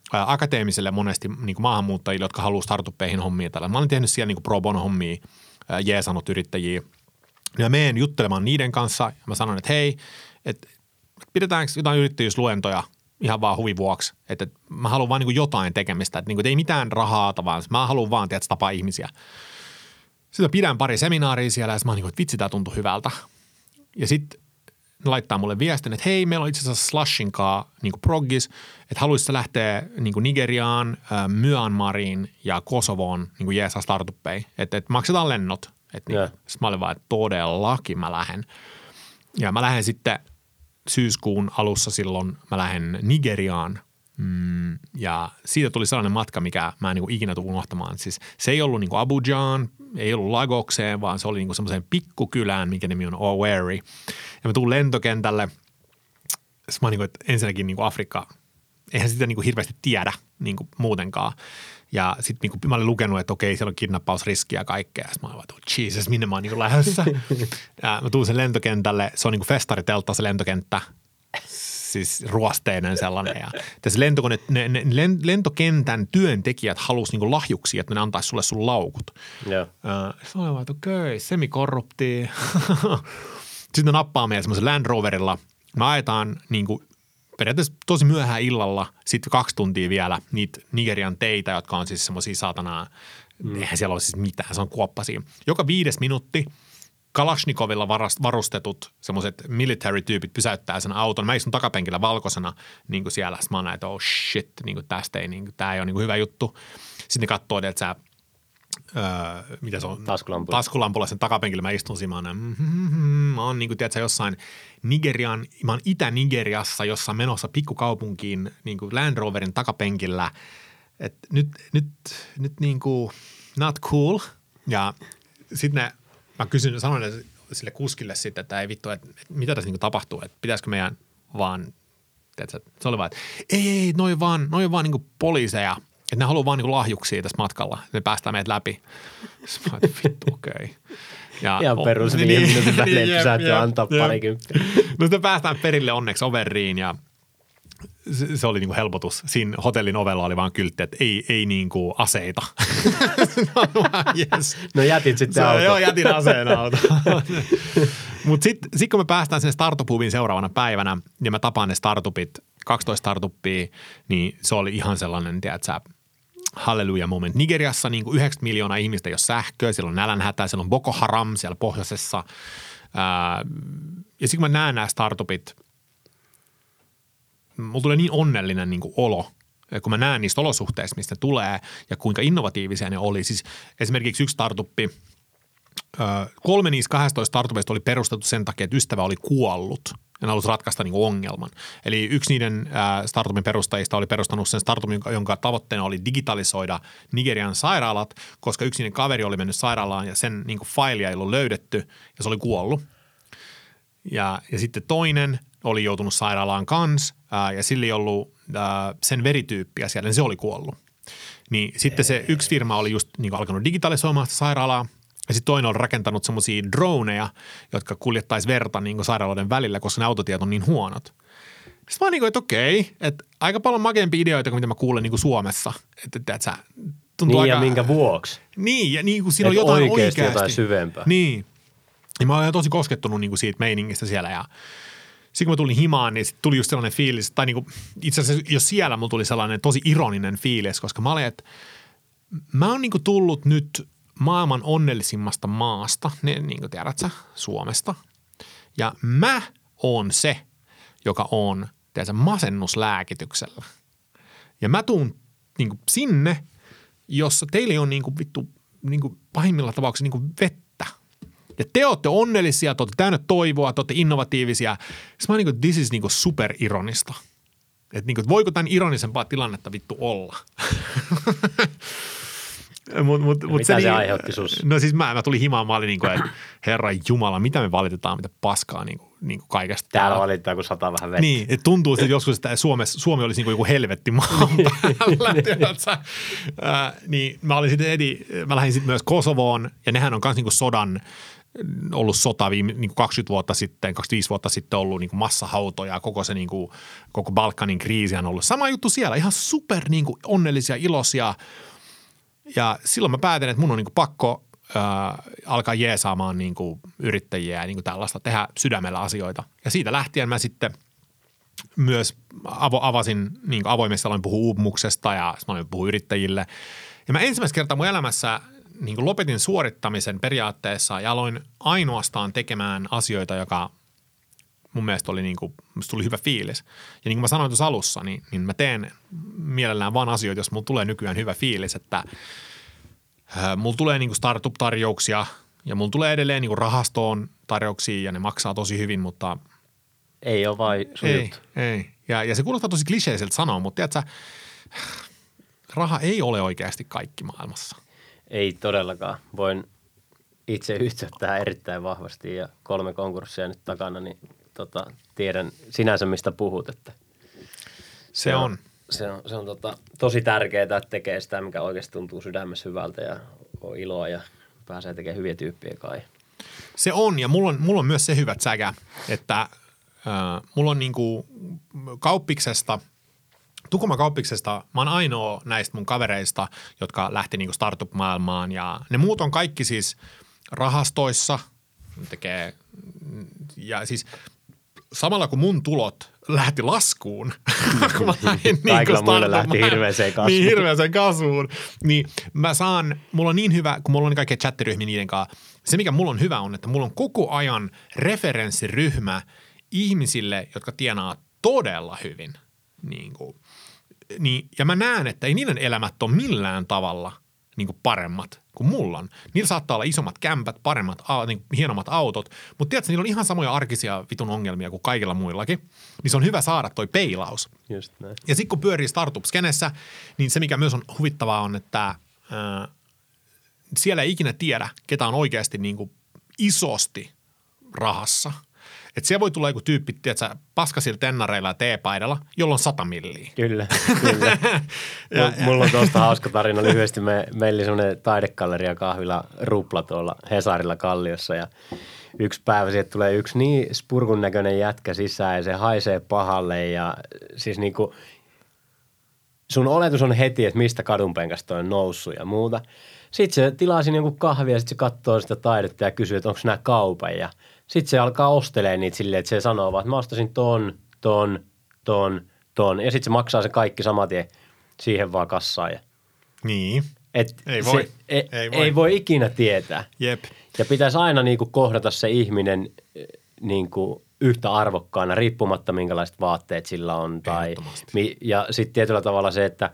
ää, akateemiselle monesti niin kuin maahanmuuttajille, jotka haluaa startuppeihin hommia tällä. Mä olin tehnyt siellä niin kuin pro bono hommia, ää, jeesanut yrittäjiä. Ja menen juttelemaan niiden kanssa ja mä sanon, että hei, että pidetäänkö jotain yrittäjyysluentoja ihan vaan huvin vuoksi. Että mä haluan vaan niin kuin jotain tekemistä, että, niin kuin, että ei mitään rahaa, vaan mä haluan vaan tiedät, tapaa ihmisiä. Sitten pidän pari seminaaria siellä ja mä oon niin kuin, että vitsi, tää tuntuu hyvältä. Ja sitten ne laittaa mulle viestin, että hei, meillä on itse asiassa Slashinkaa niin kuin proggis, että haluaisitko lähteä niin kuin Nigeriaan, äh, Myanmariin ja Kosovoon niin kuin jeesaa startuppeihin. Että et maksetaan lennot. Että niin, sitten mä olin vaan, että todellakin mä lähden. Ja mä lähden sitten syyskuun alussa silloin, mä lähden Nigeriaan. Mm, ja siitä tuli sellainen matka, mikä mä en niin kuin ikinä tule unohtamaan. Siis se ei ollut niin kuin Abujaan, ei ollut Lagokseen, vaan se oli niin kuin semmoiseen pikkukylään, mikä nimi on Owerri. Ja mä tuun lentokentälle. Sitten mä oon niin kuin, että ensinnäkin niin kuin Afrikka, eihän sitä niin kuin hirveästi tiedä niin kuin muutenkaan. Ja sitten niin mä olin lukenut, että okei, siellä on kidnappausriskiä ja kaikkea. Sitten mä olin, että oh, Jesus, minne mä oon niin lähdössä. Ja mä tuun sen lentokentälle. Se on niin kuin festariteltta se lentokenttä. Siis ruosteinen sellainen. Ja tässä lentokone, ne, ne, lentokentän työntekijät halusi niin kuin lahjuksia, että ne antaisi sulle sun laukut. Yeah. Uh, Sitten mä olin, että okei, okay, semikorruptia. Sitten ne nappaa meidän semmoisen Land Roverilla. Me ajetaan niin kuin periaatteessa tosi myöhään illalla, sitten kaksi tuntia vielä niitä Nigerian teitä, jotka on siis semmoisia saatanaa, mm. eihän siellä ole siis mitään, se on kuoppasia. Joka viides minuutti Kalashnikovilla varustetut semmoiset military-tyypit pysäyttää sen auton. Mä istun takapenkillä valkoisena niin kuin siellä. Sitten mä oon näin, että oh shit, niin kuin tästä ei, niin kuin, tää ei ole niin kuin hyvä juttu. Sitten ne katsoo, että sä, öö, mitä se on? Taskulampulla. Taskulampulla sen takapenkillä mä istun siinä. Mä oon, mm-hmm, mä oon niin kuin, tiedätkö, jossain Nigerian, mä oon Itä-Nigeriassa, jossain menossa pikkukaupunkiin niin kuin Land Roverin takapenkillä. Että nyt, nyt, nyt niin kuin not cool. Ja sitten ne mä kysyn, sanoin sille kuskille sitten, että ei vittu, että, että mitä tässä niinku tapahtuu, että pitäisikö meidän vaan, tiedätkö, se oli vaan, että ei, ei, noin vaan, noin vaan niinku poliiseja, että ne haluaa vaan niinku lahjuksia tässä matkalla, ne päästään meidät läpi. Sitten mä että vittu, okei. Okay. Ja ihan perus niin, niin minuutin välein pysähtyä antaa parikymppiä. No sitten päästään perille onneksi Overriin ja se, se oli niinku helpotus. Siinä hotellin ovella oli vaan kyltti, että ei, ei niinku aseita. no, yes. no jätit sitten auto. Joo, jätin aseen auto. Mutta sitten sit kun me päästään sinne startup-hubiin seuraavana päivänä ja mä tapaan ne startupit, kaksitoista startuppia, niin se oli ihan sellainen, tiedätkö, halleluja moment. Nigeriassa niin kuin yhdeksänkymmentä miljoonaa ihmistä ei ole sähköä, siellä on nälänhätä, siellä on Boko Haram siellä pohjoisessa. Ää, ja sitten kun mä näen nämä startupit, mulla tulee niin onnellinen niin kuin olo, kun mä näen niistä olosuhteista, mistä ne tulee ja kuinka innovatiivisia ne oli. Siis esimerkiksi yksi startuppi, kolme niistä kahdestatoista startupista oli perustettu sen takia, että ystävä oli kuollut ja ne halusi ratkaista niin kuin ongelman. Eli yksi niiden startupin perustajista oli perustanut sen startupin, jonka tavoitteena oli digitalisoida Nigerian sairaalat, koska yksi niiden kaveri oli mennyt sairaalaan ja sen niin kuin failia ei ollut löydetty ja se oli kuollut. Ja, ja sitten toinen oli joutunut sairaalaan kanssa ää, ja sillä ei ollut ää, sen verityyppiä siellä, niin se oli kuollut. Niin sitten se yksi firma oli just niin kuin alkanut digitalisoimaan sitä sairaalaa ja sitten toinen oli rakentanut semmoisia droneja, jotka kuljettaisi verta niin kuin sairaaloiden välillä, koska ne autotiet on niin huonot. Sitten mä oon niin kuin, että okei, että aika paljon makeampia ideoita kuin mitä mä kuulen niin kuin Suomessa. Että, että, että tuntuu niin aika, ja minkä vuoksi. Niin ja niin kuin siinä on jotain oikeasti. oikeasti. jotain syvempää. Niin. Ja mä olen tosi koskettunut niin kuin siitä meiningistä siellä ja sitten kun mä tulin himaan, niin tuli just sellainen fiilis, tai niin kuin, itse asiassa jo siellä mulla tuli sellainen tosi ironinen fiilis, koska mä olin, että mä oon niin kuin tullut nyt maailman onnellisimmasta maasta, niin kuin tiedät sä, Suomesta. Ja mä oon se, joka on, tiedät sä, masennuslääkityksellä. Ja mä tuun niin kuin sinne, jossa teille on niin kuin vittu, niin kuin pahimmilla tapauksissa niin kuin vettä. Ja te olette onnellisia, te olette täynnä toivoa, te olette innovatiivisia. Sitten mä oon niin kuin, this is niin kuin superironista. Että niin kuin, voiko tämän ironisempaa tilannetta vittu olla? mut, mut, mut mitä se, se niin, aiheutti sus? No siis mä, mä tulin himaan, mä olin niin kuin, että herran jumala, mitä me valitetaan, mitä paskaa niin kuin, niin kuin kaikesta. Täällä, täällä valittaa, kun sataa vähän vettä. Niin, että tuntuu että joskus, että Suomessa, Suomi olisi niin kuin joku helvetti maan päällä. äh, niin mä olin sitten edi, mä lähdin sitten myös Kosovoon ja nehän on myös niin kuin sodan ollut sota viime, niin kuin kaksikymmentä vuotta sitten, kaksikymmentäviisi vuotta sitten ollut niin kuin massahautoja, koko se niin kuin, koko Balkanin kriisi on ollut. Sama juttu siellä, ihan super niin kuin onnellisia, iloisia ja silloin mä päätin, että mun on niin kuin pakko ää, alkaa jeesaamaan niin kuin yrittäjiä ja niin kuin tällaista, tehdä sydämellä asioita. Ja siitä lähtien mä sitten myös avo, avasin, niin kuin avoimesti aloin puhua uupumuksesta ja mä aloin puhua yrittäjille. Ja mä ensimmäistä kertaa mun elämässä niin kuin lopetin suorittamisen periaatteessa ja aloin ainoastaan tekemään asioita, joka mun mielestä oli niin kuin, musta tuli hyvä fiilis. Ja niin kuin mä sanoin tuossa alussa, niin, niin mä teen mielellään vaan asioita, jos mulla tulee nykyään hyvä fiilis, että äh, mulla tulee niin kuin startup-tarjouksia ja mulla tulee edelleen niin kuin rahastoon tarjouksia ja ne maksaa tosi hyvin, mutta ei ole vai sun ei, juttu. ei. Ja, ja se kuulostaa tosi kliseiseltä sanoa, mutta tiedätkö, raha ei ole oikeasti kaikki maailmassa. Ei todellakaan. Voin itse yhtyä tähän erittäin vahvasti ja kolme konkurssia nyt takana, niin tota, tiedän sinänsä, mistä puhut. Että se, se on. Se on, se on tota, tosi tärkeää, että tekee sitä, mikä oikeasti tuntuu sydämessä hyvältä ja on iloa ja pääsee tekemään hyviä tyyppiä kai. Se on ja mulla on, mulla on myös se hyvä säkä, että äh, mulla on niinku kauppiksesta – Tukuma kauppiksesta mä oon ainoa näistä mun kavereista, jotka lähti niinku startup-maailmaan ja ne muut on kaikki siis rahastoissa, tekee ja siis samalla kun mun tulot lähti laskuun, kun mä lähdin kaikilla niin muilla lähti hirveäseen kasvuun. Niin hirveäseen kasvuun, niin mä saan, mulla on niin hyvä, kun mulla on kaikkea chattiryhmiä niiden kanssa, se mikä mulla on hyvä on, että mulla on koko ajan referenssiryhmä ihmisille, jotka tienaa todella hyvin. Niin kuin, niin, ja mä näen, että ei niiden elämät ole millään tavalla niin kuin paremmat kuin mulla on. Niillä saattaa olla isommat kämpät, paremmat, niin hienommat autot, mutta tiedätkö, niillä on ihan samoja arkisia vitun ongelmia kuin kaikilla muillakin. Niin se on hyvä saada toi peilaus. Just näin. Ja sitten kun pyörii startup-skenessä, niin se mikä myös on huvittavaa on, että ää, siellä ei ikinä tiedä, ketä on oikeasti niin kuin isosti rahassa. Että siellä voi tulla joku tyyppi, tiedätkö, paskasilla tennareilla ja teepaidalla, jolla on sata milliä. Kyllä, kyllä. ja, Mulla on tuosta hauska tarina lyhyesti. Me, meillä oli semmoinen taidegalleria kahvila Rupla tuolla Hesarilla Kalliossa ja yksi päivä sieltä tulee yksi niin spurkun näköinen jätkä sisään ja se haisee pahalle ja siis niinku sun oletus on heti, että mistä kadunpenkasta on noussut ja muuta. Sitten se tilaa sinne jonkun kahvia ja sitten se katsoo sitä taidetta ja kysyy, että onko nämä kaupan ja sitten se alkaa ostelemaan niitä silleen, että se sanoo vaan, että mä ostasin ton, ton, ton, ton. Ja sitten se maksaa se kaikki saman tien siihen vaan kassaan. Ja niin, et ei voi. Se, ei, ei voi. Ei voi ikinä tietää. Jep. Ja pitäisi aina niinku kohdata se ihminen niinku yhtä arvokkaana, riippumatta minkälaiset vaatteet sillä on. Tai, ja sitten tietyllä tavalla se, että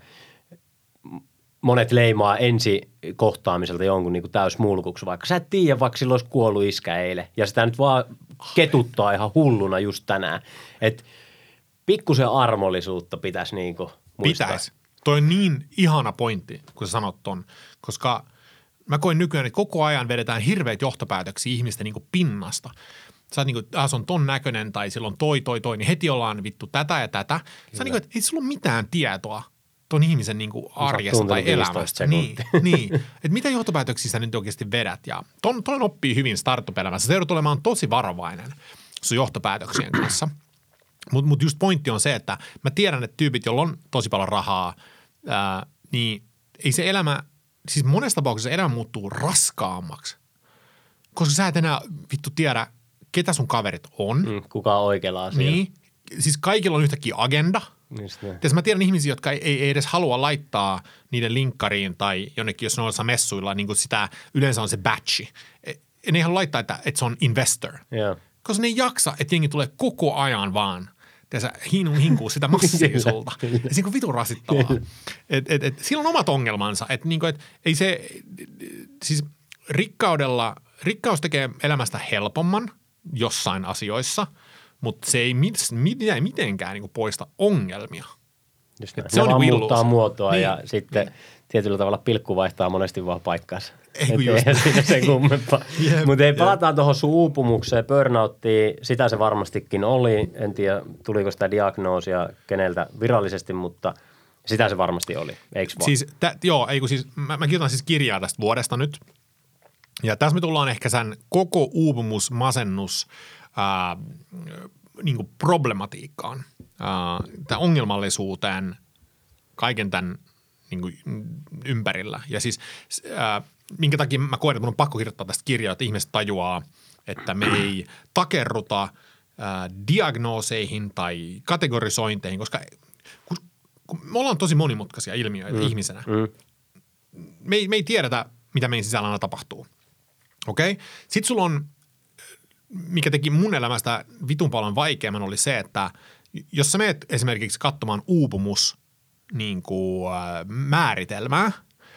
monet leimaa ensi kohtaamiselta jonkun niin kuin täysmulkuksi, vaikka sä et tiedä, vaikka sillä olisi kuollut iskä eilen. Ja sitä nyt vaan ketuttaa ihan hulluna just tänään. Että pikkusen armollisuutta pitäisi niin kuin muistaa. Pitäisi. Toi on niin ihana pointti, kun sä sanot ton, koska mä koin nykyään, että koko ajan vedetään hirveät johtopäätöksiä ihmisten niin kuin pinnasta. Sä oot niin kuin, ah, se on ton näköinen tai silloin toi, toi, toi, niin heti ollaan vittu tätä ja tätä. Sä niin kuin, että ei sulla ole mitään tietoa ton ihmisen niin kuin arjesta tai elämästä. Niin, niin. Että mitä johtopäätöksiä sä nyt oikeasti vedät. Ja ton, ton oppii hyvin startup-elämässä. Sä joudut olemaan tosi varovainen sun johtopäätöksien kanssa. Mutta mut just pointti on se, että mä tiedän, että tyypit, joilla on tosi paljon rahaa, ää, niin ei se elämä, siis monessa tapauksessa elämä muuttuu raskaammaksi. Koska sä et enää vittu tiedä, ketä sun kaverit on. Mm, kuka on oikealla asialla. Niin. Siis kaikilla on yhtäkkiä agenda. Tietysti mä tiedän ihmisiä, jotka ei, ei edes halua laittaa niiden linkkariin tai jonnekin, jos ne on messuilla, niin kuin sitä yleensä on se batchi. Ne ei halua laittaa, että, että se on investor. Yeah. Koska ne ei jaksa, että jengi tulee koko ajan vaan hinu, hinkuu sitä massia sulta. Ja se on niin vitun rasittavaa. Et, et, et, sillä on omat ongelmansa. Että niin et, ei se, siis rikkaudella, rikkaus tekee elämästä helpomman jossain asioissa – mutta se ei mit, mit, mitenkään niinku poista ongelmia. Just se, se on vaan niinku muuttaa muotoa niin. Ja sitten niin. Tietyllä tavalla pilkku vaihtaa monesti vaan paikkaansa. Eihän siinä sen kummempaa. Yep, mutta ei, palataan tuohon sun uupumukseen, burnouttiin. Sitä se varmastikin oli. En tiedä, tuliko sitä diagnoosia keneltä virallisesti, mutta sitä se varmasti oli. Eikö vaan? Siis, tä, joo, ei kun siis, mä, mä kirjoitan siis kirjaa tästä vuodesta nyt. Ja tässä me tullaan ehkä sen koko uupumus, masennus, ää, niin kuin problematiikkaan, tämän ongelmallisuuteen, kaiken tämän niin kuin ympärillä. Ja siis ää, minkä takia mä koen, että mun on pakko kirjoittaa tästä kirjaa, että ihmiset tajuaa, että me ei takerruta ää, diagnooseihin tai kategorisointeihin, koska kun, kun me ollaan tosi monimutkaisia ilmiöitä mm. ihmisenä. Mm. Me, ei, me ei tiedetä, mitä meidän sisällä aina tapahtuu. Okei? Okay? Sitten sulla on, mikä teki mun elämästä vitun paljon vaikeamman, oli se, että jos sä meet esimerkiksi katsomaan uupumus niin kuin, äh, määritelmää,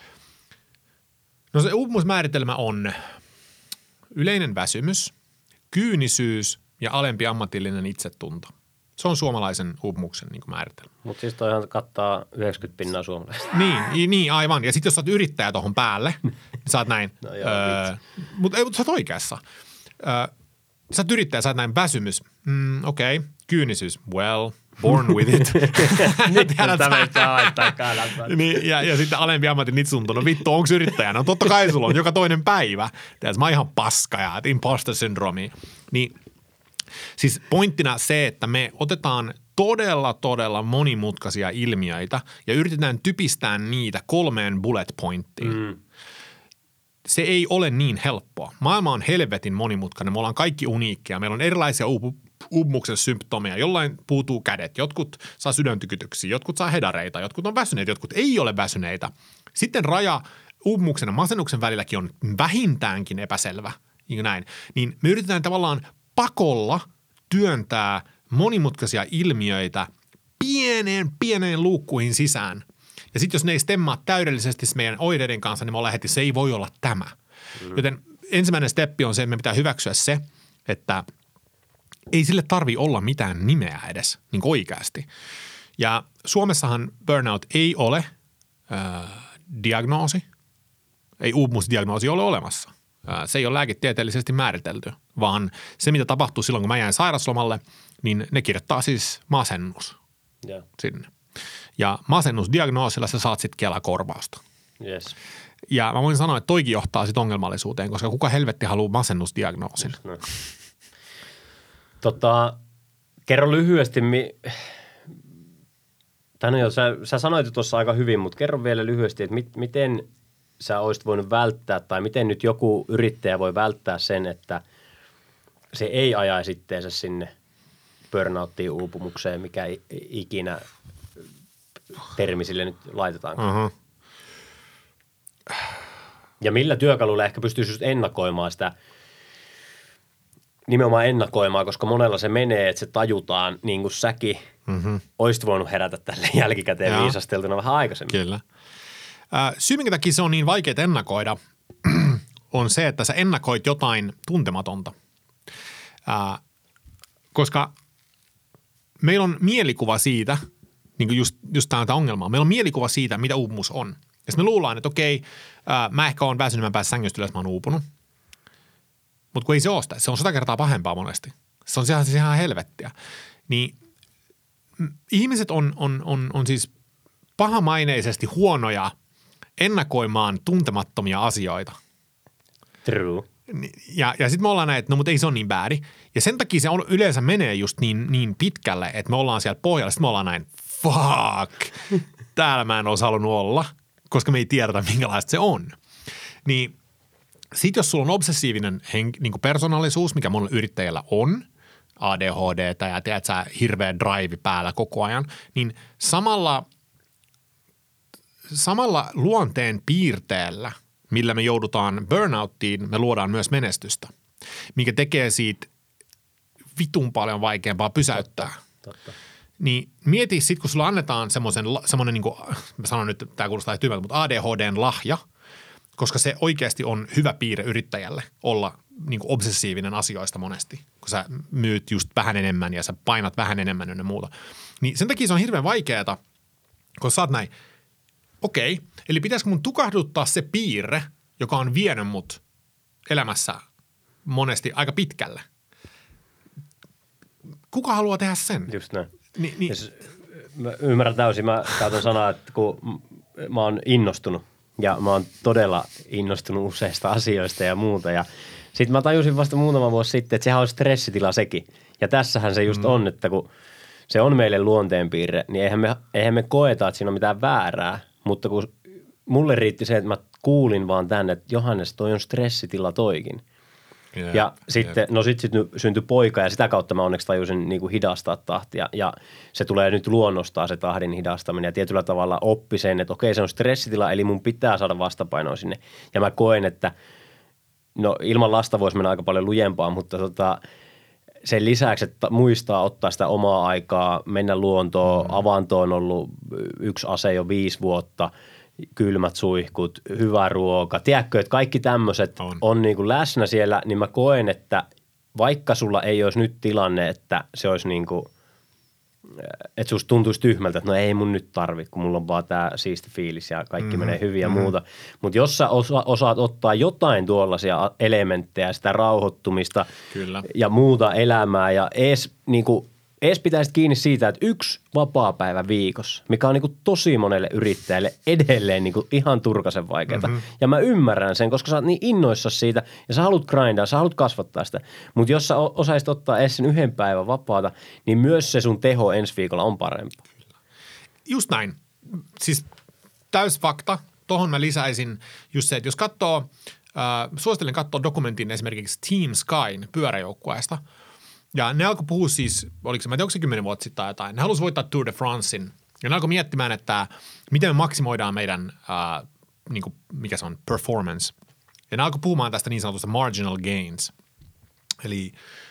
no se uupumusmääritelmä on yleinen väsymys, kyynisyys ja alempi ammatillinen itsetunto. Se on suomalaisen uupumuksen niin kuin määritelmä. Mutta siis toihan kattaa yhdeksänkymmentä pinnaa suomalaisista. Niin, niin aivan. Ja sitten jos sä oot yrittäjä tuohon päälle, niin sä oot näin. No joo, öö, mutta mut sä oot oikeassa. Öö, sä oot yrittäjä, sä oot näin väsymys. Mm, okei, okay. Kyynisyys. Well, born with it. Nyt tämä ei saa haittaa kannattaa. Niin, ja, ja sitten alempi ammatin itsetunto. No vittu, onko yrittäjä? No totta kai sulla on joka toinen päivä. Tiedätkö, mä oon ihan paska ja imposter syndromi. Niin siis pointtina se, että me otetaan todella, todella monimutkaisia ilmiöitä ja yritetään typistää niitä kolmeen bullet pointtiin. Mm. Se ei ole niin helppoa. Maailma on helvetin monimutkainen. Me ollaan kaikki uniikkia. Meillä on erilaisia uupu- uupumuksen symptomeja. Jollain puutuu kädet, jotkut saa sydäntykytyksiä, jotkut saa hedareita, jotkut on väsyneitä, jotkut ei ole väsyneitä. Sitten raja uupumuksen ja masennuksen välilläkin on vähintäänkin epäselvä. Niin näin. Niin me yritetään tavallaan pakolla työntää monimutkaisia ilmiöitä pieneen, pieneen luukkuihin sisään. Ja sitten jos ne ei stemmaa täydellisesti meidän oireiden kanssa, niin me ollaan heti, se ei voi olla tämä. Mm. Joten ensimmäinen steppi on se, että me pitää hyväksyä se, että ei sille tarvi olla mitään nimeä edes, niin kuin oikeasti. Ja Suomessahan burnout ei ole äh, diagnoosi, ei uupumusdiagnoosi ole olemassa. Se ei ole lääketieteellisesti määritelty, vaan se, mitä tapahtuu silloin, kun mä jäin sairaslomalle, niin ne kirjoittaa siis masennus yeah. sinne. Ja masennusdiagnoosilla sä saat sitten Kela-korvausta. Yes. Ja mä voin sanoa, että toikin johtaa sitten ongelmallisuuteen, koska kuka helvetti haluaa masennusdiagnoosin? No. Tota, kerro lyhyesti, mi... tai no joo, sä, sä sanoit tuossa aika hyvin, mutta kerro vielä lyhyesti, että mit, miten sä olisit voinut välttää tai miten nyt joku yrittäjä voi välttää sen, että se ei ajaisi itteensä sinne burnouttiin, uupumukseen, mikä ikinä termi sille nyt laitetaan. Uh-huh. Ja millä työkalulla ehkä pystyisi just ennakoimaan sitä, nimenomaan ennakoimaan, koska monella se menee, että se tajutaan niin kuin säkin mm-hmm. olisit voinut herätä tälle jälkikäteen Jaa. viisasteltuna vähän aikaisemmin. Kyllä. Äh, syy, minkä takia se on niin vaikea ennakoida, on se, että sä ennakoit jotain tuntematonta. Äh, koska meillä on mielikuva siitä, niin kuin just, just tämä ongelma, meillä on mielikuva siitä, mitä uupumus on. Ja sitten me luullaan, että okei, äh, mä ehkä oon väsynyt, mä pääsin sängystä ylös, mä oon uupunut. Mutta kun ei se ole sitä, se on sata kertaa pahempaa monesti. Se on ihan, siis ihan helvettiä. Niin ihmiset on, on, on, on siis pahamaineisesti huonoja ennakoimaan tuntemattomia asioita. True. Ja, ja sitten me ollaan näin, että no mutta ei se ole niin väärin. Ja sen takia se on, yleensä menee just niin, niin pitkälle, että me ollaan siellä pohjalla. Sitten me ollaan näin, fuck, täällä mä en olisi halunnut olla, koska me ei tiedetä minkälaista se on. Niin sitten jos sulla on obsessiivinen henk- niin kuin persoonallisuus, mikä monella yrittäjällä on, A D H D ja teet sä hirveä drive päällä koko ajan, niin samalla, samalla luonteen piirteellä, millä me joudutaan burnouttiin, me luodaan myös menestystä, mikä tekee siitä vitun paljon vaikeampaa pysäyttää. Totta, totta. Niin mieti sitten, kun sulla annetaan semmoisen, semmoinen niin kuin, mä sanon nyt, tämä kuulostaa tyhmältä, mutta A D H D:n lahja, koska se oikeasti on hyvä piirre yrittäjälle olla niin kuin obsessiivinen asioista monesti, kun sä myyt just vähän enemmän ja sä painat vähän enemmän ynnä muuta. Niin sen takia se on hirveän vaikeaa, kun sä oot näin, okei, eli pitäisikö mun tukahduttaa se piirre, joka on vienyt mut elämässä monesti aika pitkälle. Kuka haluaa tehdä sen? Just näin. Ni, niin. Siis, mä ymmärrän täysin, mä käytän sanaa, että kun mä oon innostunut ja mä oon todella innostunut useista asioista ja muuta. Ja sitten mä tajusin vasta muutama vuosi sitten, että sehän on stressitila sekin. Ja tässähän se just mm. on, että kun se on meille luonteenpiirre, niin eihän me, eihän me koeta, että siinä on mitään väärää. Mutta kun mulle riitti se, että mä kuulin vaan tänne, että Johannes, toi on stressitila toikin. Yeah, ja sitten, yeah. no sit, sit syntyi poika ja sitä kautta mä onneksi tajusin niin kuin hidastaa tahtia ja se tulee nyt luonnostaan se tahdin hidastaminen ja tietyllä tavalla oppi sen, että okei se on stressitila eli mun pitää saada vastapainoa sinne ja mä koen, että no ilman lasta voisi mennä aika paljon lujempaa, mutta tota, sen lisäksi, että muistaa ottaa sitä omaa aikaa, mennä luontoon, mm. avanto on ollut yksi ase jo viisi vuotta, kylmät suihkut, hyvä ruoka. Tiedätkö, että kaikki tämmöiset on, on niin kuin läsnä siellä, niin mä koen, että vaikka sulla ei olisi nyt tilanne, että se olisi niin kuin, että susta tuntuisi tyhmältä, että no ei mun nyt tarvitse, kun mulla on vaan tämä siisti fiilis ja kaikki mm-hmm. menee hyvin ja mm-hmm. muuta. Mutta jos sä osa, osaat ottaa jotain tuollaisia elementtejä, sitä rauhoittumista Kyllä. ja muuta elämää ja ees niin kuin ees pitäisit kiinni siitä, että yksi vapaapäivä viikossa, mikä on niin kuin tosi monelle yrittäjälle edelleen niin kuin ihan turkasen vaikeaa. Mm-hmm. Ja mä ymmärrän sen, koska sä oot niin innoissasi siitä ja sä haluat grindaa, sä haluat kasvattaa sitä. Mutta jos sä osaisit ottaa edes sen yhden päivän vapaata, niin myös se sun teho ensi viikolla on parempi. Just näin. Siis täys fakta. Tohon mä lisäisin just se, että jos katsoo, äh, suosittelen katsoa dokumentin esimerkiksi Team Skyn pyöräjoukkueesta. Ja ne alkoi puhua siis, oliko se, mä en tiedä, onko se kymmenen vuotta sitten tai jotain. Ne halusi voittaa Tour de Francein. Ja ne alkoi miettimään, että miten me maksimoidaan meidän, äh, niin kuin, mikä se on, performance. Ja ne alkoi puhumaan tästä niin sanotusta marginal gains. Eli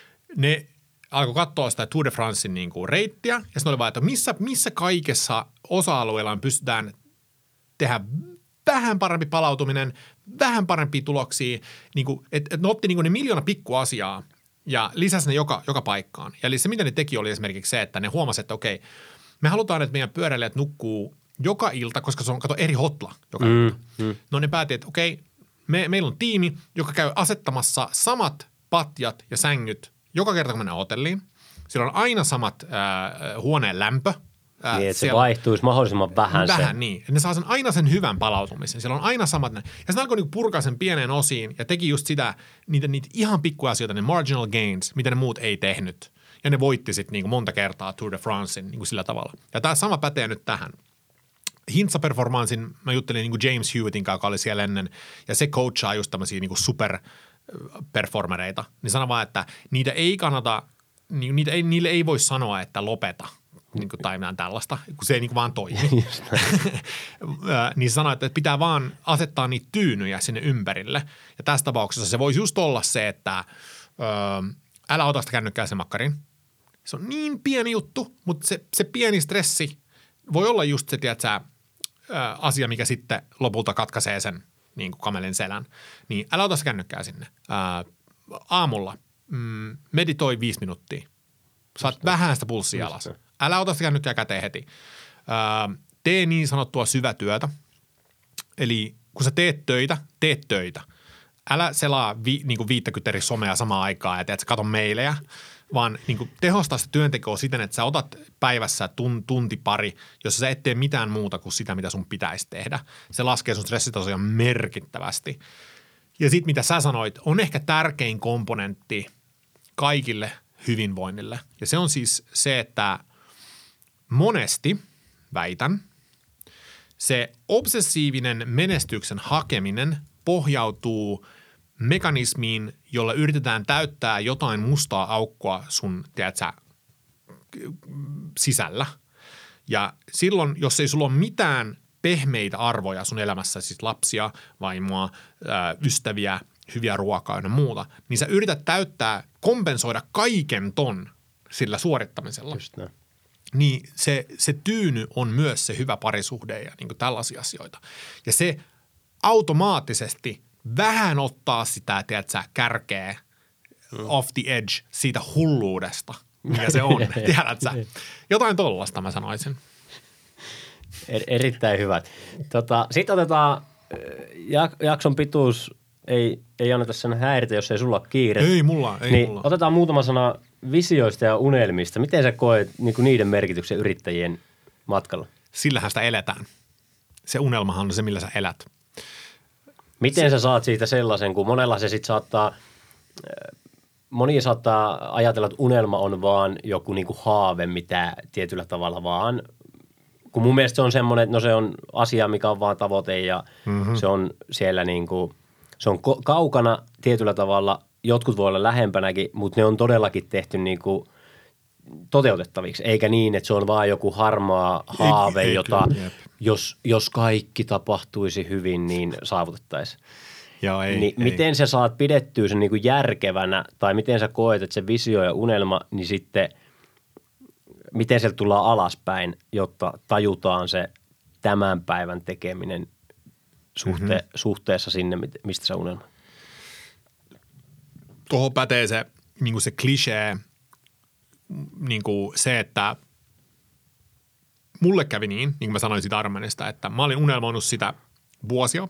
ne alkoi katsoa sitä Tour de Francein niin kuin reittiä. Ja sitten oli vaan, että missä, missä kaikessa osa-alueilla pystytään tehdä vähän parempi palautuminen, vähän parempia tuloksia. Niin kuin, että, että ne otti niin kuin ne miljoona pikkuasiaa. Ja lisäsi ne joka, joka paikkaan. Ja eli se, mitä ne teki, oli esimerkiksi se, että ne huomasi, että okei, me halutaan, että meidän pyöräilijät nukkuu joka ilta, koska se on, kato, eri hotla joka mm, ilta. Mm. No ne päätti, että okei, me, meillä on tiimi, joka käy asettamassa samat patjat ja sängyt joka kerta, kun mennään hotelliin. Siellä on aina samat äh, huoneen lämpö. Äh, niin, että se vaihtuisi mahdollisimman vähän. Vähän, se. niin. Ne saa sen aina sen hyvän palautumisen. Siellä on aina samat. Ja sitten alkoi niinku purkaa sen pieneen osiin ja teki just sitä, niitä, niitä ihan pikkuasioita, ne marginal gains, mitä ne muut ei tehnyt. Ja ne voitti sitten niinku monta kertaa Tour de Francein niinku sillä tavalla. Ja tämä sama pätee nyt tähän. Hintsa-performanssin mä juttelin niinku James Hewittin kanssa, joka oli siellä ennen, ja se coachaa just tämmöisiä niinku superperformereita. Niin sano vaan, että niitä ei kannata, niitä ei, niille ei voi sanoa, että lopeta. Niin kuin, tai mitään tällaista, kun se ei niin kuin vaan toimi. Niin se sanoi, että pitää vaan asettaa niitä tyynyjä sinne ympärille. Ja tässä tapauksessa se voisi just olla se, että ö, älä ota sitä kännykkää sen makkarin. Se on niin pieni juttu, mutta se, se pieni stressi voi olla just se, tiedätkö, ö, asia, mikä sitten lopulta katkaisee sen niin kuin kamelin selän. Niin älä ota sitä kännykkää sinne. Ö, aamulla mm, meditoi viisi minuuttia. Saat just vähän sitä pulssia alas. Älä ota sitä kännykkää käteen heti. Öö, tee niin sanottua syvätyötä. Eli kun sä teet töitä, teet töitä. Älä selaa vi, niin kuin viittäkymmentä eri somea samaan aikaan ja teet sä katon meilejä, vaan niin kuin tehostaa sitä työntekoa siten, että sä otat päivässä tun, tunti pari, jossa sä et tee mitään muuta kuin sitä, mitä sun pitäisi tehdä. Se laskee sun stressitasoja merkittävästi. Ja sit mitä sä sanoit, on ehkä tärkein komponentti kaikille hyvinvoinnille. Ja se on siis se, että monesti, väitän, se obsessiivinen menestyksen hakeminen pohjautuu mekanismiin, jolla yritetään täyttää jotain mustaa aukkoa sun, tiedätkö, sisällä. Ja silloin, jos ei sulla ole mitään pehmeitä arvoja sun elämässä, siis lapsia, vaimoa, ystäviä, hyviä ruokaa ja muuta, niin sä yrität täyttää, kompensoida kaiken ton sillä suorittamisella. Just näin. Niin se, se tyyny on myös se hyvä parisuhde ja niin kuin tällaisia asioita. Ja se automaattisesti vähän ottaa sitä, tiedätkö, kärkeä mm. off the edge siitä hulluudesta, mikä se on, tiedätkö? Jotain tollasta mä sanoisin. Er, erittäin hyvät. Tota, sitten otetaan jakson pituus, ei, ei anneta sen häiritä, jos ei sulla ole kiire. Ei mulla, ei niin mulla. Otetaan muutama sana visioista ja unelmista. Miten sä koet niin kuin niiden merkityksen yrittäjien matkalla? Sillähän sitä eletään. Se unelmahan on se, millä sä elät. Miten se, sä saat siitä sellaisen, kun monella se sitten saattaa, moni saattaa ajatella, että unelma on vaan joku niinku haave, mitä tietyllä tavalla vaan, kun mun mielestä se on semmoinen, että no se on asia, mikä on vaan tavoite ja mm-hmm. se on siellä niinku, se on ko- kaukana tietyllä tavalla, jotkut voi olla lähempänäkin, mutta ne on todellakin tehty niinku toteutettaviksi, eikä niin, että se on vaan joku harmaa haave, ei, ei, jota kyllä, jos, jos kaikki tapahtuisi hyvin, niin saavutettaisiin. Joo, ei, niin ei. Miten sä saat pidettyä sen niinku järkevänä, tai miten sä koet, että se visio ja unelma, niin sitten miten sieltä tullaan alaspäin, jotta tajutaan se tämän päivän tekeminen suhte- mm-hmm. suhteessa sinne, mistä sä unelma? Tuohon pätee se, niin kuin se klisee, niin kuin se, että mulle kävi niin, niin kuin mä sanoin siitä Ironmanista, että mä olin unelmoinut sitä vuosia.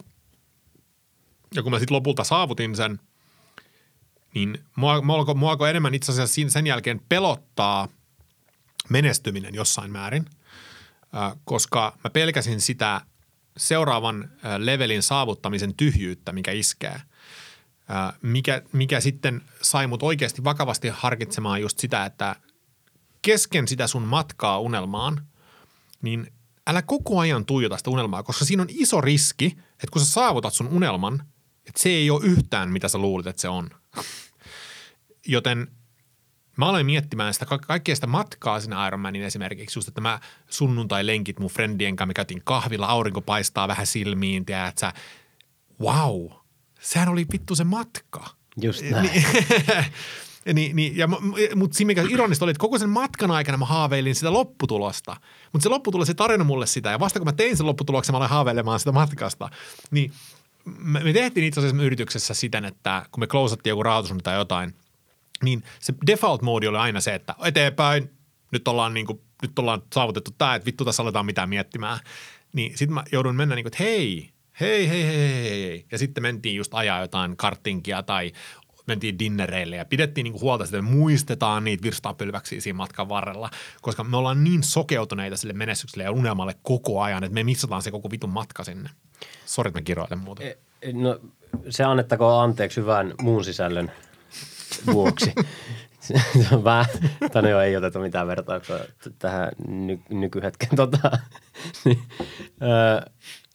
Ja kun mä sitten lopulta saavutin sen, niin mua, mua, alkoi, mua alkoi enemmän itse asiassa sen jälkeen pelottaa menestyminen jossain määrin, koska mä pelkäsin sitä seuraavan levelin saavuttamisen tyhjyyttä, mikä iskee. Mikä, mikä sitten sai mut oikeasti vakavasti harkitsemaan just sitä, että kesken sitä sun matkaa unelmaan, niin älä koko ajan tuijota sitä unelmaa, koska siinä on iso riski, että kun sä saavutat sun unelman, että se ei ole yhtään, mitä sä luulit, että se on. Joten mä aloin miettimään sitä ka- kaikkea sitä matkaa sinne Ironmanin esimerkiksi, just että mä sunnuntai-lenkit mun friendien kanssa, me käytiin kahvilla, aurinko paistaa vähän silmiin, tiedät, että sä, wow, sehän oli vittu se matka. Just näin. Niin, niin, ja, mutta siinä mikä ironista oli, että koko sen matkan aikana mä haaveilin sitä lopputulosta. Mutta se lopputulos ei tarjonnut mulle sitä. Ja vasta kun mä tein sen lopputuloksen, mä aloin haaveilemaan sitä matkasta. Niin me, me tehtiin itse asiassa yrityksessä siten, että kun me klousattiin joku rahoitus tai jotain, niin se default-moodi oli aina se, että eteenpäin, nyt ollaan, niin kuin, nyt ollaan saavutettu tämä, että vittu tässä aletaan mitään miettimään. Niin sitten mä joudun mennä niin kuin, että hei, hei, hei, hei, hei, hei. Ja sitten mentiin just ajaa jotain karttinkia tai mentiin dinnereille ja pidettiin niinku huolta sitä, että me muistetaan niitä virstanpylväksiä siinä matkan varrella, koska me ollaan niin sokeutuneita sille menestykselle ja unelmalle koko ajan, että me missataan se koko vitun matka sinne. Sori, että mä kiroilen muuta. No se annettakoon anteeksi hyvän muun sisällön vuoksi. Se on vähän, tänne jo ei oteta mitään vertauksia tähän ny- nykyhetken. Tota, niin, öö,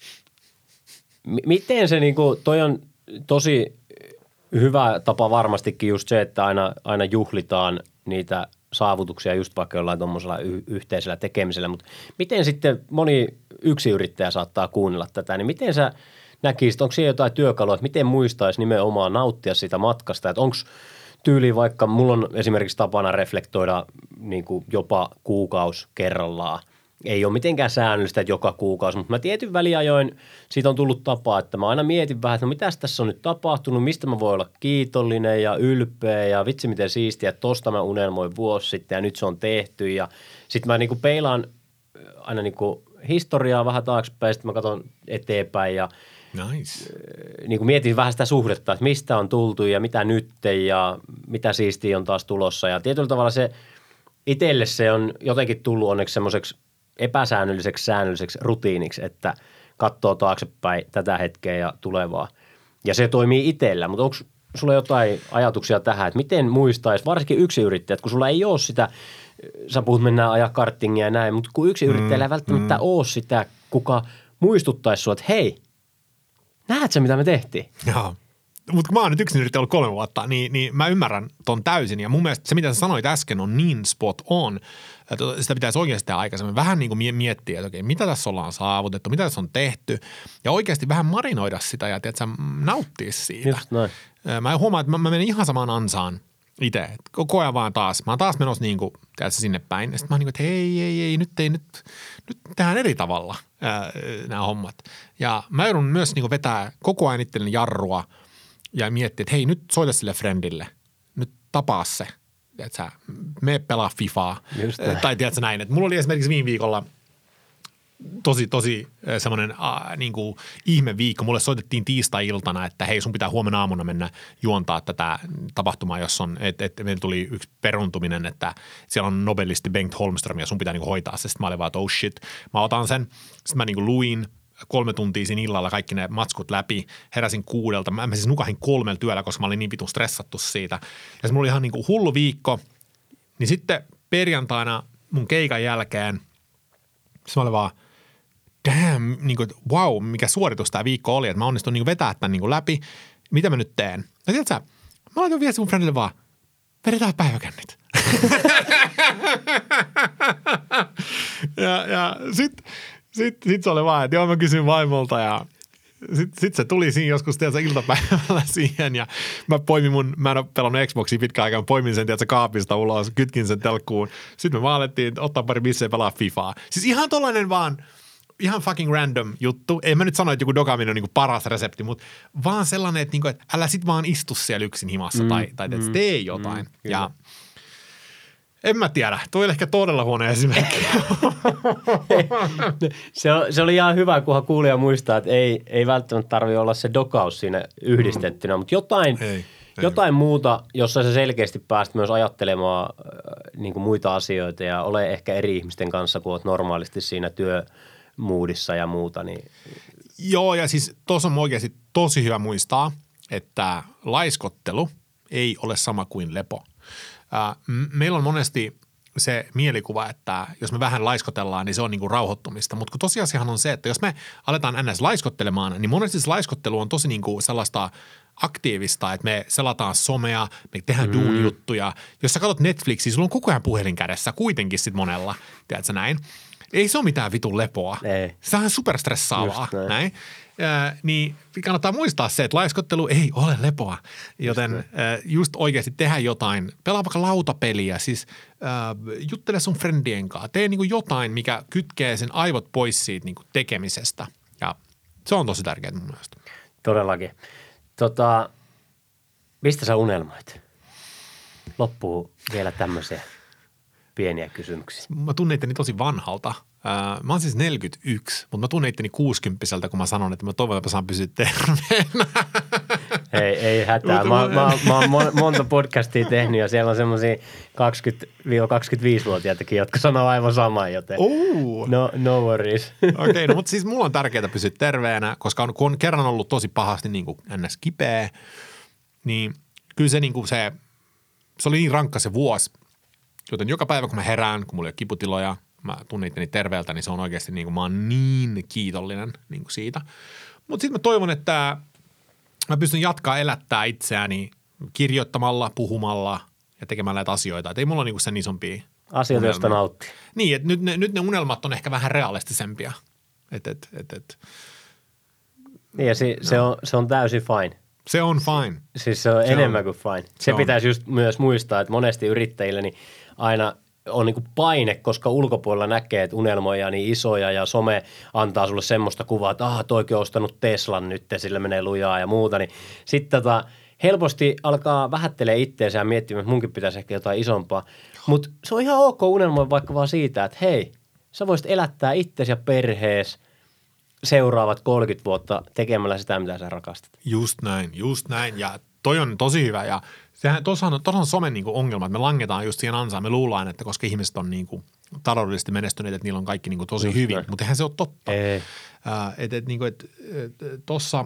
m- miten se niinku, toi on tosi hyvä tapa varmastikin just se, että aina, aina juhlitaan niitä saavutuksia just vaikka jollain tuommoisella y- yhteisellä tekemisellä, mutta miten sitten moni yksiyrittäjä saattaa kuunnella tätä, niin miten sä näkisit, onko siellä jotain työkalua, että miten muistaisi nimenomaan nauttia siitä matkasta, että onko tyyli vaikka, mulla on esimerkiksi tapana reflektoida niin kuin jopa kuukausi kerrallaan. Ei ole mitenkään säännöllistä, että joka kuukausi, mutta mä tietyn väliajoin siitä on tullut tapaa, että mä aina mietin vähän, että no mitäs tässä on nyt tapahtunut, mistä mä voin olla kiitollinen ja ylpeä ja vitsi miten siistiä, että tosta mä unelmoin vuosi sitten ja nyt se on tehty ja sitten mä niinku peilaan aina niinku historiaa vähän taaksepäin, sitten mä katson eteenpäin ja nice. Niin kuin mietin vähän sitä suhdetta, että mistä on tultu ja mitä nyt ja mitä siistiä on taas tulossa ja tietyllä tavalla se itselle se on jotenkin tullut onneksi semmoiseksi epäsäännölliseksi säännölliseksi rutiiniksi, että katsoo taaksepäin tätä hetkeä ja tulevaa. Ja se toimii itsellä, mutta onko sulla jotain ajatuksia tähän, että miten muistaisi, varsinkin yksiyrittäjät, kun sulla ei ole sitä, sä puhut mennään ajaa karttingia ja näin, mutta kun yksiyrittäjällä ei välttämättä mm. ole sitä, kuka muistuttaisi sua, että hei, näet sä mitä me tehtiin? Joo. Mutta kun mä oon nyt yksinyrittäjä ollut kolme vuotta, niin, niin mä ymmärrän ton täysin. Ja mun mielestä se, mitä sä sanoit äsken, on niin spot on, että sitä pitäisi oikeasti tehdä aikaisemmin. Vähän niin kuin miettiä, että okei, mitä tässä ollaan saavutettu, mitä tässä on tehty. Ja oikeasti vähän marinoida sitä ja tiedätkö, nauttia siitä. Just noin. Mä huomaan, että mä, mä menen ihan samaan ansaan itse. Koko ajan vaan taas. Mä oon taas menossa niin kuin, tiedätkö, sinne päin. Ja sitten mä oon niin kuin, että hei, ei, ei, nyt ei, nyt, nyt tehdään eri tavalla ää, nämä hommat. Ja mä joudun myös niin kuin vetää koko ajan itselleni jarrua ja miettiä, että hei, nyt soita sille friendille. Nyt tapaa se. Että sä mene pelaa Fifaa. Tai tiedätkö näin. Että mulla oli esimerkiksi viime viikolla tosi, tosi semmoinen äh, niin kuin ihme viikko. Mulle soitettiin tiistai-iltana, että hei, sun pitää huomenna aamuna mennä juontaa tätä tapahtumaa, jos on, että et, meillä tuli yksi peruntuminen, että siellä on nobelisti Bengt Holmström ja sun pitää niin kuin hoitaa se. Sitten mä olin vaan, että oh shit, mä otan sen. Sitten mä niin kuin luin kolme tuntia siinä illalla kaikki ne matskut läpi. Heräsin kuudelta. Mä, mä siis nukahin kolmelta työllä, koska mä olin niin vitun stressattu siitä. Ja se mulla oli ihan niin kuin hullu viikko. Niin sitten perjantaina mun keikan jälkeen se oli vaan, damn, niin kuin, wow, mikä suoritus tämä viikko oli. Että mä onnistuin niin kuin vetää tämän niin kuin läpi. Mitä mä nyt teen? Ja tiedätkö sä, mä laitan viesti mun friendille vaan, vedetään päiväkännit. ja ja sitten sit, sit se oli vaan, että joo mä kysyin vaimolta ja sitten sit se tuli siinä joskus tiedätkö, iltapäivällä siihen ja mä poimin mun, mä en ole pelannut Xboxia pitkään aikaa, mä poimin sen tiedätkö, kaapista ulos, kytkin sen telkkuun. Sitten me vaan alettiin ottaa pari bissejä ja pelaa Fifaa. Siis ihan tollainen vaan, ihan fucking random juttu. En mä nyt sano, että joku dokaaminen on niinku paras resepti, mutta vaan sellainen, että, niinku, että älä sit vaan istu siellä yksin himassa mm, tai, tai mm, tee jotain. Mm, ja en mä tiedä. Tuo oli ehkä todella huono esimerkki. se, se oli ihan hyvä, kunhan kuulija muistaa, että ei, ei välttämättä tarvitse olla se dokaus siinä yhdistettynä, mm. mutta jotain, ei, jotain ei. muuta, jossa sä selkeästi pääst myös ajattelemaan äh, niin kuin muita asioita ja ole ehkä eri ihmisten kanssa, kun oot normaalisti siinä työmoodissa ja muuta. Niin. Joo, ja siis tuossa on oikeasti tosi hyvä muistaa, että laiskottelu ei ole sama kuin lepo. Meillä on monesti se mielikuva, että jos me vähän laiskotellaan, niin se on niin kuin rauhoittumista. Mutta kun tosiasiahan on se, että jos me aletaan ns. Laiskottelemaan, niin monesti se laiskottelu on tosi niin kuin sellaista aktiivista, että me selataan somea, me tehdään mm. duunijuttuja. Jos sä katsot Netflixiä, sulla on koko ajan puhelin kädessä, kuitenkin sit monella, tiedätkö näin. Ei se ole mitään vitun lepoa. Ei. Se on superstressaavaa, näin. näin. Äh, niin kannattaa muistaa se, että laiskottelu ei ole lepoa, joten just, äh, just oikeasti tehdä jotain. Pelaa vaikka lautapeliä, siis äh, juttele sun friendien kanssa. Tee niinku jotain, mikä kytkee sen aivot pois siitä niinku tekemisestä ja se on tosi tärkeää mun mielestä. Todellakin. Tota, mistä sä unelmoit? Loppuu vielä tämmöisiä pieniä kysymyksiä. Mä tunnen itteni tosi vanhalta. Mä oon siis neljäkymmentäyksi, mutta mä tunnen itteni kuusikymppiseltä, kun mä sanon, että mä toivon, että mä saan pysyä terveenä. Ei, ei hätää. Mä, mä, mä oon monta podcastia tehnyt ja siellä on semmoisia kaksikymmentä–kaksikymmentäviisivuotiaitakin, jotka sanoo aivan samaa, joten oh. no, no worries. Okei, okay, no mutta siis mulla on tärkeää pysyä terveenä, koska on, kun on kerran ollut tosi pahasti niin kuin ns. Kipeä, niin kyllä se, niin kuin se, se oli niin rankka se vuosi, joten joka päivä kun mä herään, kun mulla ei ole kiputiloja, mä tunnen itteni terveeltä, niin se on oikeasti niin kuin, mä oon niin kiitollinen niin kuin siitä. Mutta sitten mä toivon, että mä pystyn jatkaa elättää itseäni kirjoittamalla, puhumalla ja tekemällä näitä asioita. Et ei mulla ole niin kuin sen isompia asioita, joista nauttii. Niin, että nyt ne, nyt ne unelmat on ehkä vähän realistisempia. Et, et, et, et. Niin ja se, no. se, on, se on täysin fine. Se on fine. Siis se on se enemmän on, kuin fine. Se, se pitäisi just myös muistaa, että monesti yrittäjille niin aina on niin kuin paine, koska ulkopuolella näkee, että unelmoja on niin isoja ja some antaa sulle semmoista kuvaa, että aha, toikin on ostanut Teslan nyt ja sillä menee lujaa ja muuta. Niin sitten tota, helposti alkaa vähättelee itseensä ja miettimään, että munkin pitäisi ehkä jotain isompaa. Mutta se on ihan ok unelmoida vaikka vaan siitä, että hei, sä voisit elättää itsesi ja perhees seuraavat kolmekymmentä vuotta tekemällä sitä, mitä sä rakastat. Just näin, just näin. Ja toi on tosi hyvä ja sehän tuossa on, on somen niin kuin ongelma, että me langetaan just siihen ansaan. Me luullaan, että koska ihmiset on niin kuin taloudellisesti menestyneet, että niillä on kaikki niin kuin tosi just hyvin, näin. Mutta eihän se ole totta. Ei. Äh, että et, niin kuin, et, et, tossa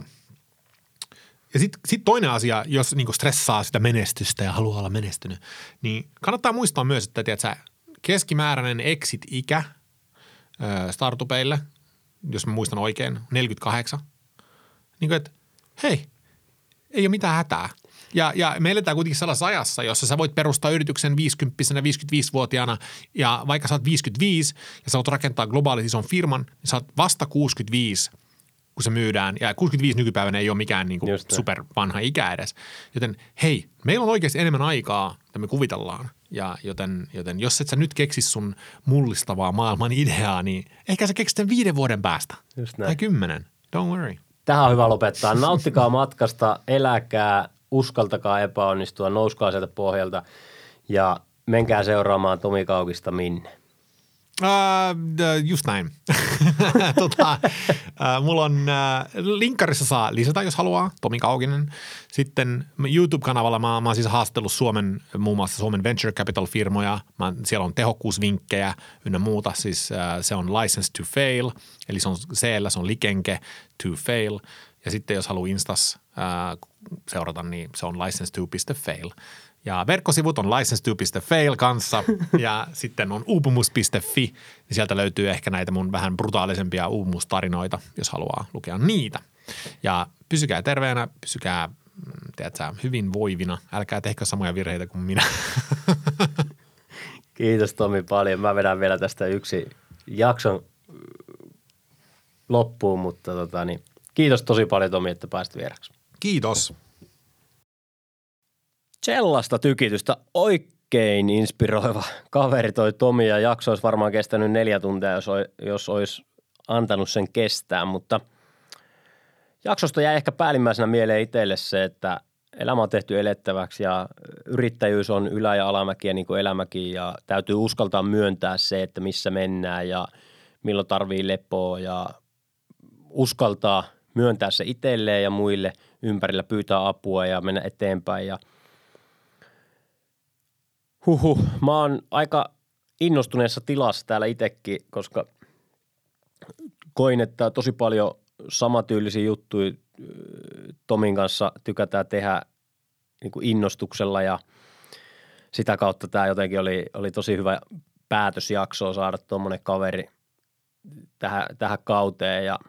ja sitten sit toinen asia, jos niin kuin stressaa sitä menestystä ja haluaa olla menestynyt, niin kannattaa muistaa myös, että tiedätkö, keskimääräinen exit-ikä äh, startupeille, jos mä muistan oikein, neljäkymmentäkahdeksan. Niin kuin, että hei, ei ole mitään hätää. Ja, ja me eletään kuitenkin sellaisessa ajassa, jossa sä voit perustaa yrityksen viisikymppisenä, viisikymmentäviisivuotiaana ja vaikka sä oot viisikymmentäviisi ja sä voit rakentaa globaalisesti ison firman, niin sä oot vasta kuusikymmentäviisi, kun se myydään. Ja kuusikymmentäviisi nykypäivänä ei ole mikään niin kuin super vanha ikä edes. Joten hei, meillä on oikeasti enemmän aikaa, mitä me kuvitellaan. Ja joten, joten jos et sä nyt keksis sun mullistavaa maailman ideaa, niin ehkä sä keksit sen viiden vuoden päästä. Tai kymmenen. Don't worry. Tähän on hyvä lopettaa. Nauttikaa matkasta, eläkää, uskaltakaa epäonnistua, nouskaa sieltä pohjalta ja menkää seuraamaan Tomi Kaukista minne. Uh, just näin. tota, uh, mulla on uh, linkkarissa saa lisätä, jos haluaa, Tomi Kaukinen. Sitten YouTube-kanavalla mä, mä oon siis haastellut Suomen, muun muassa Suomen venture capital-firmoja. Mä, siellä on tehokkuusvinkkejä ynnä muuta. Siis uh, se on license to fail, eli se on C-llä, se on likenke to fail. Ja sitten jos haluaa Instas uh, seurata, niin se on license to piste fail. Ja verkkosivut on license to piste fail kanssa ja sitten on uupumus piste fi, niin sieltä löytyy ehkä näitä mun vähän brutaalisempia uupumustarinoita, jos haluaa lukea niitä. Ja pysykää terveenä, pysykää, tiedätkö, hyvin voivina, älkää tehkö samoja virheitä kuin minä. Kiitos Tomi paljon. Mä vedän vielä tästä yksi jakson loppuun, mutta tota, niin, kiitos tosi paljon Tomi, että pääsit vieraksi. Kiitos. Sellaista tykitystä oikein inspiroiva kaveri toi Tomi ja jakso olisi varmaan kestänyt neljä tuntia, jos, oi, jos olisi antanut sen kestää, mutta jaksosta jäi ehkä päällimmäisenä mieleen itselle se, että elämä on tehty elettäväksi ja yrittäjyys on ylä- ja alamäkiä niin kuin elämäkin ja täytyy uskaltaa myöntää se, että missä mennään ja milloin tarvii lepoa ja uskaltaa myöntää se itselleen ja muille ympärillä, pyytää apua ja mennä eteenpäin ja Huhhuh, mä oon aika innostuneessa tilassa täällä itsekin, koska koin, että tosi paljon samatyylisiä juttuja Tomin kanssa tykätään tehdä niin kuin innostuksella ja sitä kautta tämä jotenkin oli, oli tosi hyvä päätösjakso saada tuommoinen kaveri tähän, tähän kauteen ja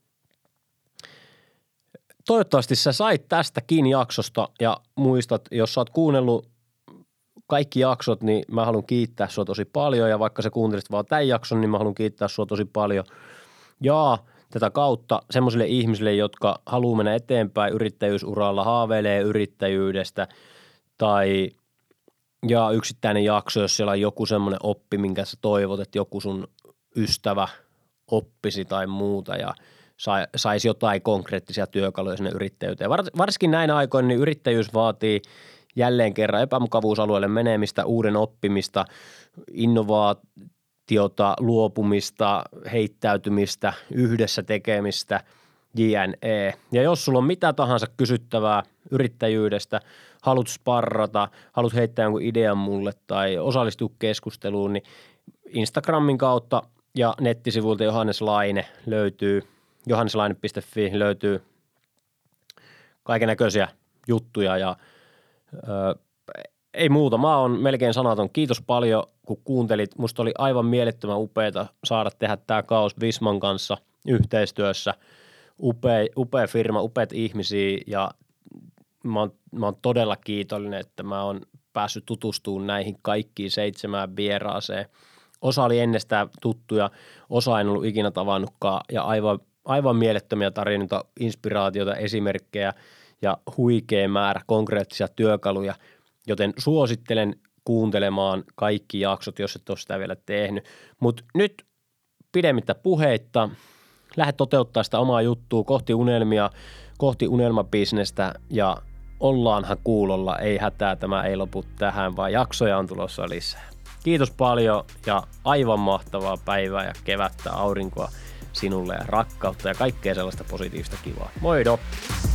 toivottavasti sä sait tästäkin jaksosta ja muistat, jos sä oot kuunnellut kaikki jaksot, niin mä haluan kiittää sua tosi paljon ja vaikka sä kuuntelisit vaan tämän jakson, niin mä haluan kiittää sua tosi paljon. Ja tätä kautta semmoisille ihmisille, jotka haluaa mennä eteenpäin yrittäjyysuralla, haaveilee yrittäjyydestä tai ja yksittäinen jakso, jos siellä on joku semmoinen oppi, minkä sä toivot, että joku sun ystävä oppisi tai muuta ja saisi jotain konkreettisia työkaluja sinne yrittäjyyteen. Varsinkin näinä aikoina niin yrittäjyys vaatii jälleen kerran epämukavuusalueelle menemistä, uuden oppimista, innovaatiota, luopumista, heittäytymistä, yhdessä tekemistä, jne. Ja jos sulla on mitä tahansa kysyttävää yrittäjyydestä, haluat sparrata, haluat heittää jonkun idean mulle tai osallistua keskusteluun, niin Instagramin kautta ja nettisivuilta Johannes Laine löytyy, johanneslaine piste fi löytyy kaikennäköisiä juttuja ja Öö, ei muuta. Mä oon melkein sanaton. Kiitos paljon, kun kuuntelit. Musta oli aivan mielettömän upeata saada tehdä tää Kaos Visman kanssa yhteistyössä. Upea, upea firma, upeat ihmisiä ja mä oon, mä oon todella kiitollinen, että mä oon päässyt tutustumaan näihin kaikkiin seitsemään vieraaseen. Osa oli ennestään tuttuja, osa en ollut ikinä tavannutkaan ja aivan, aivan mielettömiä tarinoita, inspiraatiota, esimerkkejä ja huikea määrä konkreettisia työkaluja, joten suosittelen kuuntelemaan kaikki jaksot, jos et ole sitä vielä tehnyt. Mutta nyt pidemmittä puheitta, lähde toteuttaa sitä omaa juttua kohti unelmia, kohti unelmabisnestä ja ollaanhan kuulolla, ei hätää, tämä ei lopu tähän, vaan jaksoja on tulossa lisää. Kiitos paljon ja aivan mahtavaa päivää ja kevättä aurinkoa sinulle ja rakkautta ja kaikkea sellaista positiivista kivaa. Moido!